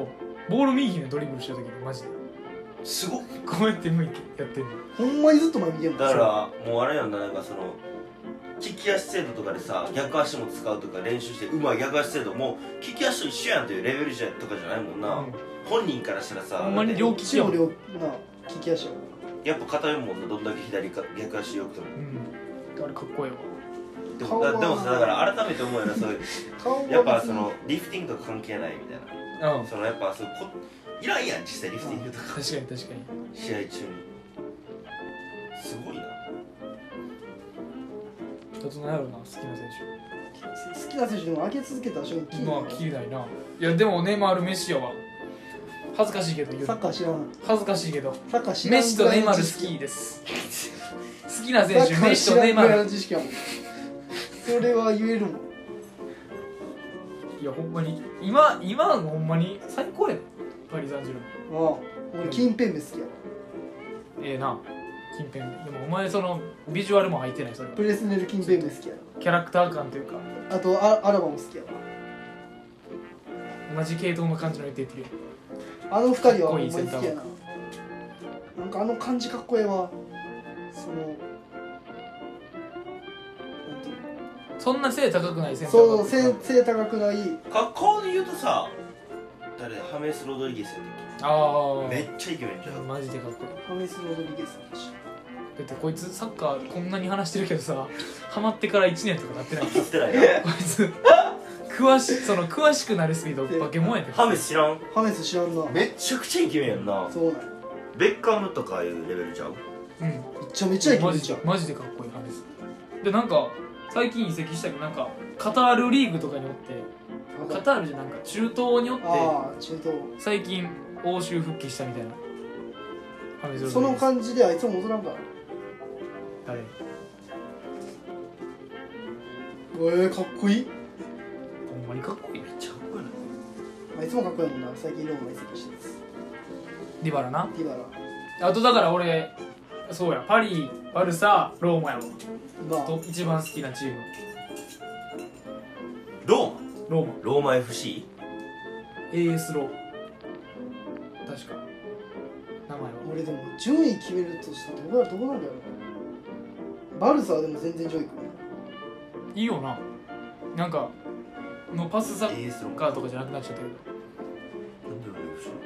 A: ボール右にドリブルした時にマジです
B: ごっ。
A: こうやって向いてやってんの。
C: ほんまにずっと前見てんの。
B: だからもうあれやんな、なんかその利き足精度とかでさ、逆足も使うとか練習してうまい逆足精度も利き足と一緒やんというレベルじゃとかじゃないもんな、
A: うん、
B: 本人からしたらさ、
A: ほんまに両利きやん。
C: 両な利き足や
B: やっぱ片読むもんな、どんだけ左か逆足よくても。
A: うん、あれかっこいいわ。
B: でもだでもさ、だから改めて思うよな、そういう
C: 顔は
B: やっぱそのリフティングとか関係ないみたいな、
A: うん、
B: そのやっぱそうこいらんやん実際リフティングとか
A: 確かに確かに。
B: 試合中にすごいな。
A: あと何やろうな、好きな選
C: 好きな選手でも上げ続けたら正
A: 手。
C: 直
A: まあ切れないな。いやでもネイマールメッシやわ。恥ずかしいけど言う
C: サッカー知らん
A: 恥ずかしいけど
C: サッカー知らん
A: メッシとネイマール好きです好きな選手メッシとネイマ
C: サッカ
A: ール。
C: ー知らんぐらいの知識やもんそれは言えるもん。
A: いやほんまに今今はほんまに最高やでパリ・サンジェルマン。
C: ああ俺キンペンメ好きやわ。
A: ええな近辺でもお前そのビジュアルも入ってないそれは
C: プレスネルキンペンメ好きや
A: キャラクター感というか
C: な。あとアアラバも好きやわ。
A: 同じ系統の感じの言ってるよ。
C: あの二人はほんま
A: かっこいい
C: に好きやな。なんかあの感じかっこええわ。そのなんていう
A: そんな背高くないセンター
C: そう
A: バック
C: 背背高くない。
B: か顔で言うとさ、誰ハメス・ロドリゲスやったっ
A: ああ
B: け。めっちゃイケメンじゃん。
A: マジでかっこいい。
C: ハメス・ロドリゲスだし。
A: だってこいつサッカーこんなに話してるけどさハマってからいちねんとかなってない
B: 言ってないな。
A: こいつ詳しその詳しくなるスピード化け物やで。
B: ハメス知らん？
C: ハメス知らんな。
B: めっちゃくちゃイケメンやんな。
C: そうなんや。
B: ベッカムとかいうレベルちゃう？
A: うん
C: めちゃめちゃイケメ
A: マジ
C: ンじゃん。
A: マジでかっこいいハメスでなんか最近移籍したけどなんかカタールリーグとかにおってカタールじゃなんか中東におって
C: ああ中東。
A: 最近欧州復帰したみたいなハメスロドリゲス
C: その感じであいつも戻らんから。
A: 誰
C: えー、かっこいい。
A: ほんまにかっこいい。
B: めっちゃかっこいいな。
C: まあ、いつもかっこいいもんな。最近ローマ移籍してです。
A: ディバラな。
C: ディバラ。
A: あとだから俺そうやパリバルサローマやわ
C: まあ
A: と一番好きなチーム
B: ローマ？
A: ローマ
B: ローマ エフシ
A: エーエス ロー確か名前は
C: 俺でも順位決めるとしたらどこだどこなんだろう。バルサはでも全然上位くる。
A: いいよななんかのパスサ
B: ー？エーエス ローマ。
A: ッカーとかじゃなくなっちゃったけど
B: なんで俺 エフシ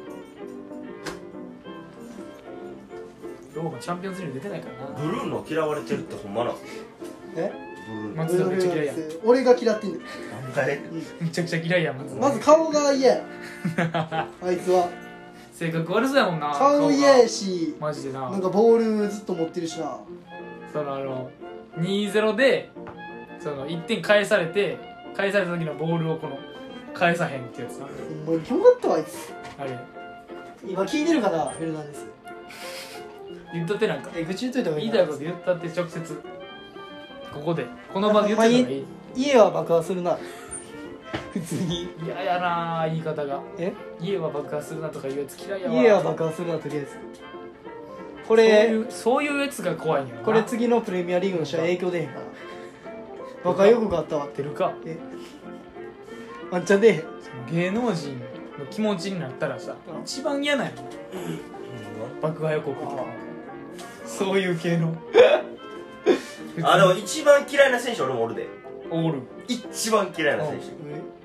A: ローマチャンピオンズリーグ出てないからな
B: ブルーノ嫌われてるってほんまな。
C: え
B: ブルーノ。
A: 松田めっちゃ嫌いやん
C: 俺が嫌ってんだよ。
B: なんで？
A: めちゃくちゃ嫌いやんまず
C: まず顔が嫌や。あいつは
A: 性格悪そうやもんな
C: 顔嫌
A: が
C: やし、
A: マジでな
C: なんかボールずっと持ってるしな。
A: そのあの にたいゼロ でそのいってん返されて返された時のボールをこの返さへんってやつな
C: ほんまにキモかったわあいつ。
A: あれ
C: 今聞いてるかなフェルナンデス。
A: 言ったってなんか
C: え愚痴言っといた方がいいな。
A: 言いたいこと言ったって直接ここでこの場で言ってた方がいい
C: 家は爆破するな。普通に。
A: 嫌やなあ言い方が
C: え
A: 家は爆破するなとか言うやつ嫌いやわ
C: 家は爆破するなとりあえず。こ
A: こ
C: れ
A: れそういうやつが怖いんやろな
C: これ次のプレミアリーグの試合影響出へんから。爆破予告あったわ。
A: 出るか
C: えワンチャン出へん。
A: その芸能人の気持ちになったらさ
C: うん
A: 一番嫌なんやろ爆破予告とかそういう系の
B: あ、でも一番嫌いな選手俺もおるで。
A: オール
B: 一番嫌いな選手。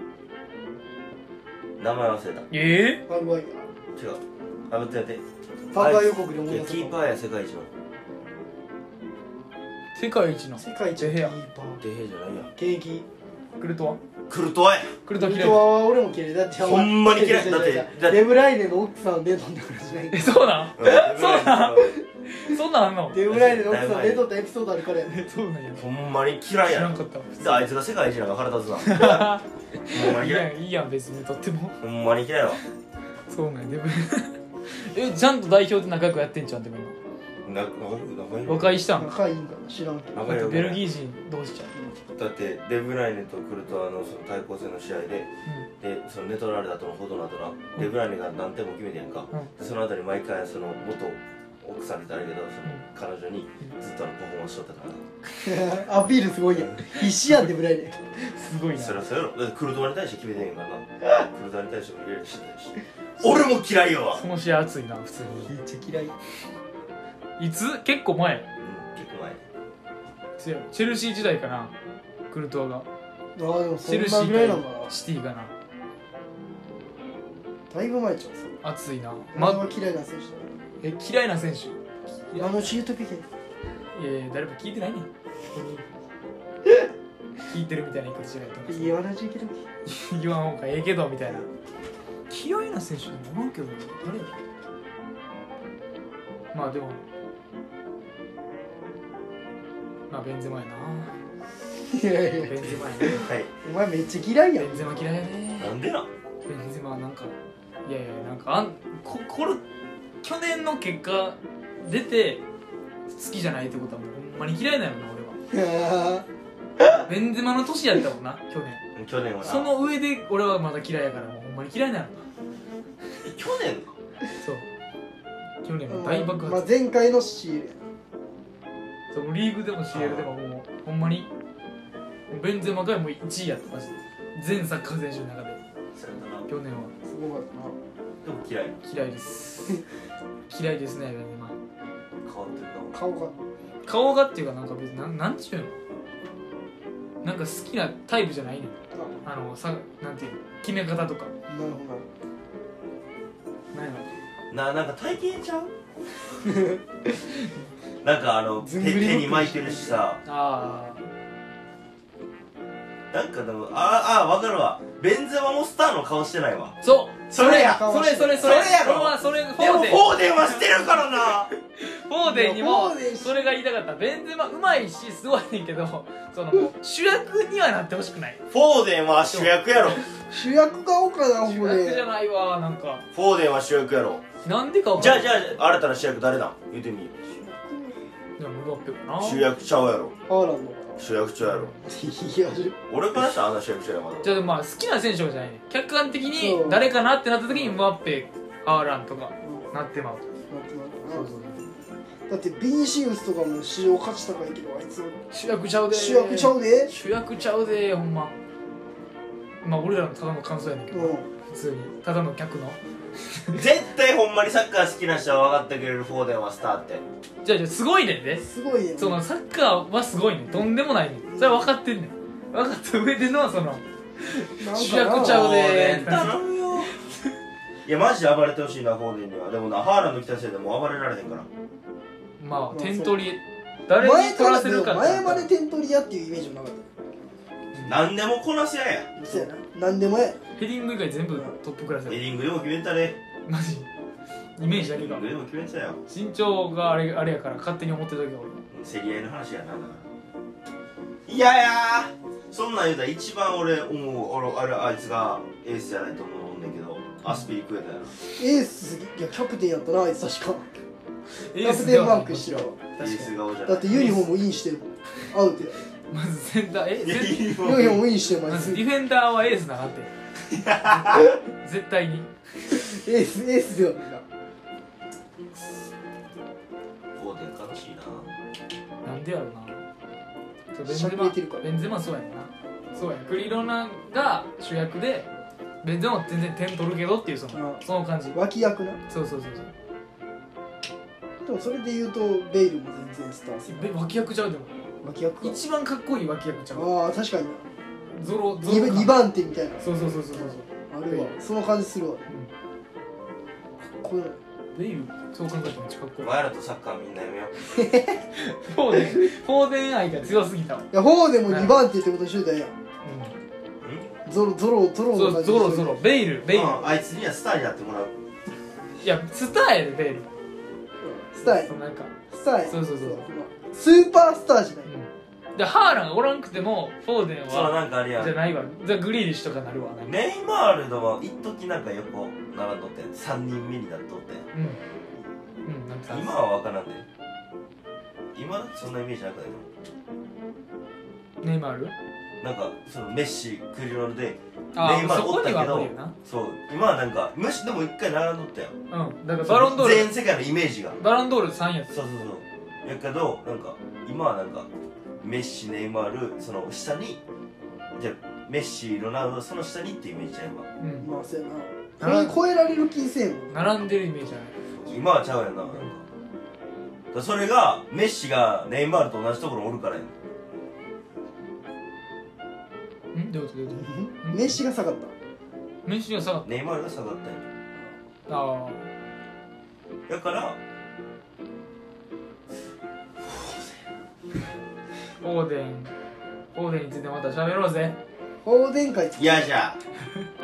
B: 名前忘れた。
A: え
C: バグワイ
B: 違う。あぶってやって。
C: 爆破予告で思い
B: いや
C: 出した。
B: キーパーや世界一の。
A: ー、世界一の
C: 世界一のキーパー。
B: デヘイじゃないや。
C: 現役。
A: クルトワ
B: クルトワや。
A: クルトワ嫌い
C: クルトワは俺も嫌いだって。
B: ほんまに嫌いだって
C: 違う違う違う
B: だって
C: デブライネの奥さんで飲んだからじゃない。
A: えそうなん
B: うん
A: そうなんそんなんあんの
C: デブライネの奥さんで撮ったエピソードあるからやね。
A: そうなんや
B: ほんまに嫌いやな。
A: 知らんかった
B: であいつが世界一なんか腹立つな。ほんま
A: いい
B: に嫌い。
A: やんいいやん別にとっても
B: ほんまに嫌いわ。
A: そうなんやでもえちゃんと代表で仲良くやってんじゃんでも
B: な仲良く仲良
A: 今和
B: く
A: 解したん
C: 仲いいんかな知らんけど。
B: 仲良く
A: ベルギー人同士じゃん
B: だってデブライネとクルトワのその対抗戦の試合で、でそのネトラレだとのほどの後な、デブライネが何点も決めてんやんか、
A: う
B: でその後に毎回その元奥さんってあれけどその彼女にずっとあのパフォーマンスしとったからな
C: アピールすごいやん必死やんでぐらいです
A: ごいな。
B: そりゃそうやろだってクルトワに対して決めてへんからなクルトワに対してもイライラしてたし俺も嫌いやわ
A: その試合熱いな普通に。
C: めっちゃ嫌い
A: いつ結構前。
B: うん結構前
A: せやチェルシー時代かなクルトワが。
C: ああでもそん
A: チェルシ
C: なぐらいな
A: ー
C: んかな
A: かシティかな。
C: だいぶ前ちゃう
A: 熱いな。
C: まあ
A: ま
C: 嫌いな選手
A: え嫌いな選手。いや
C: だあのシュートピケ
A: いやいや誰も聞いてないねん。聞いてるみたいな言い方しないと思う。
C: 言わなきゃいけない
A: 言わんほうがええけどみたいな。嫌いな選手でもおらんけど誰や。まあでもまあベンゼマやな。
C: いやいや
A: ベンゼマやね。
B: はい
C: お前めっちゃ嫌いやん
A: ベンゼマ嫌いやね。
B: なんでな
A: ベンゼマなんかいやいやなんかあんここれ去年の結果出て好きじゃないってことはもうほんまに嫌いなのな俺は。ベンゼマの年やったもんな去年。
B: 去年はな
A: その上で俺はまだ嫌いやからもうほんまに嫌いなのな。
B: 去年
A: そう去年も大爆発、
C: まあ前回のシールや
A: そうリーグでも シーエル でももうほんまにもうベンゼマがもういちいやったマジで全サッカー選手の中で
B: そうやったな
A: 去年は
C: すごかっ
B: でも嫌い
A: 嫌いです嫌いですねベンゼマ。
B: 変わってる
C: たな顔が
A: 顔がっていうかなんか別になんなんちゅうのなんか好きなタイプじゃないねん。あのさなんていうの決め方とか
C: なるほ
A: なんやろ
B: ななんか体型ちゃうなんかあの手
C: ずんぐりむっくり
B: 手に巻いてるしさ
A: あ
B: なんかでもああ分かるわベンゼマもスターの顔してないわ
A: あそう
B: それや
A: それそれそ
B: それやろ
A: 俺はそれフォ
B: でも
A: ーデン
B: フォーデンはしてるからな
A: フォーデンに
C: い
A: も
C: やフォーデンし
A: それが言いたかった。ベンゼマうまいしすごいねんけどそのもう主役にはなってほしくない。
B: フォーデンは主役やろ
C: 主役顔かな
A: 主
C: これ
A: 役じゃないわなんか
B: フォーデンは主役やろ
A: なんでか分
B: じゃあ
A: かんない。
B: じゃあ新たな主役誰だ言うてみ
A: でもムバッペかな。
B: 主役ちゃうやろ
C: ハーランドか
B: 主役ちゃうやろ
C: ないや
B: 俺からしたらあんな主役ちゃうやまだ
A: じゃあまあ好きな選手じゃないね。客観的
C: そ
A: に
C: う
A: 誰かなってなった時にムバッペハーランとか
C: うん
A: なってまうと。
C: そうそうだってビニシウスとかも市場価値高いけどあいつは
A: 主役ちゃうでー
C: 主役ちゃうで
A: 主役ちゃうでーほんま。まあ俺らのただの感想やねんけど、
C: うん
A: 普通にただの客の
B: 絶対ほんまにサッカー好きな人は分かってくれるフォーデンはスターって
A: じゃあじゃあすごいねんです
C: ごいね
A: そのサッカーはすごいねんとんでもないねんそれは分かってんねん分かった上でのその
C: なんかな
A: 主役ちゃうでー
B: 頼むよいやマジで暴れてほしいなフォーデンにはでもなハーランド来たせいでもう暴れられへんから
A: まあ
C: あ
A: 点取り誰に取
C: 前からら
A: せるかって
C: 前まで点取り屋っていうイメージもなかった
B: 何でもこなせやや
C: そうやな何でもや
A: ヘディング以外全部トップクラスや
B: ヘディングでも決めたね
A: マジイメージだけが
B: ヘディングでも決めたよ
A: 身長があれあれやから勝手に思ってる時は
B: 競り合いの話やなだからいやいやそんなん言うたら一番俺思う俺あれあいつがエースじゃないと思うんだけどアスピリクエタやな
C: エースいやキャプテンやったなあいつ確か
A: 俺
C: キャプテンマークしてるわ
B: エース顔じゃない
C: だってユニフォームインしてるアウトや
A: まずセンターえ
B: いや
A: セン
C: ユニフォームインしてる
A: ま
C: まずエ
A: ずディフェンダーはエースだなって絶対に
C: ースエースではないな
B: フォーデン悲しいな
A: なんでやろなそうベン
C: しゃ
A: ゼマ
C: くれてるから
A: ベンゼマそうやんなそうやクリロナが主役でベンゼマも全然点取るけどっていうその
C: あ
A: その感じ
C: 脇役な
A: そうそうそうそう
C: でもそれで言うとベイルも全然スターす
A: べ脇役ちゃうでも
C: 脇役か
A: 一番かっこいい脇役ちゃう
C: ああ確かに
A: ゾロゾロ感
C: にばん手みたいな
A: そうそうそうそうそう
C: あるわその感じするわかっこいい
A: ベイルそう考えたらめっちゃかっこいい
B: お前らとサッカーみんなやめよ
A: フォーデンフォーデン愛が強すぎたわ
C: いやフォーでもにばん手ってことにしといたらええやん
A: う
C: ゾロゾロゾロ
A: ん
C: の感じ
A: そうゾロゾロベイルベイル
B: うんあいつにはスターになってもらう
A: いやスターやでベイル
C: スターや
A: そうなんか
C: スターや
A: そうそうそう
C: スーパースターじゃない
A: でハーランがおらんくてもフォーデン
B: そう
A: は
B: なんかあれやん
A: じゃないわじゃあグリーリッシュとかなるわなんか
B: ネイマールとは一時なんか横並んどってさんにんめになっとって
A: うんうんなんか
B: 今は分からんで今だってそんなイメージなくない
A: ネイマール
B: のなんかそのメッシクリロナで
A: あ
B: ネイマールおったけど
A: そこには無理よな。
B: そう今はなんかむしでも一回並んどったよ。
A: うんだからバロンドール
B: 全世界のイメージが
A: バロンドールさんやつ
B: そうそうそうやけどなんか今はなんかメッシネイマールその下にじゃあメッシロナウドその下にっていうイメージじゃん今
A: うん
C: まあそうやなこれ超えられる気せんもん
A: 並んでるイメージじゃない
B: 今はちゃうやんななんかだからそれがメッシがネイマールと同じところにおるからやん
A: んどういうことどういうこと
C: メッシが下がった
A: メッシが下がっ
B: ネイマールが下がったんや
A: たああ
B: だから
A: オーデンオーデンについてまた喋ろうぜ
C: 放電会
B: 嫌じゃ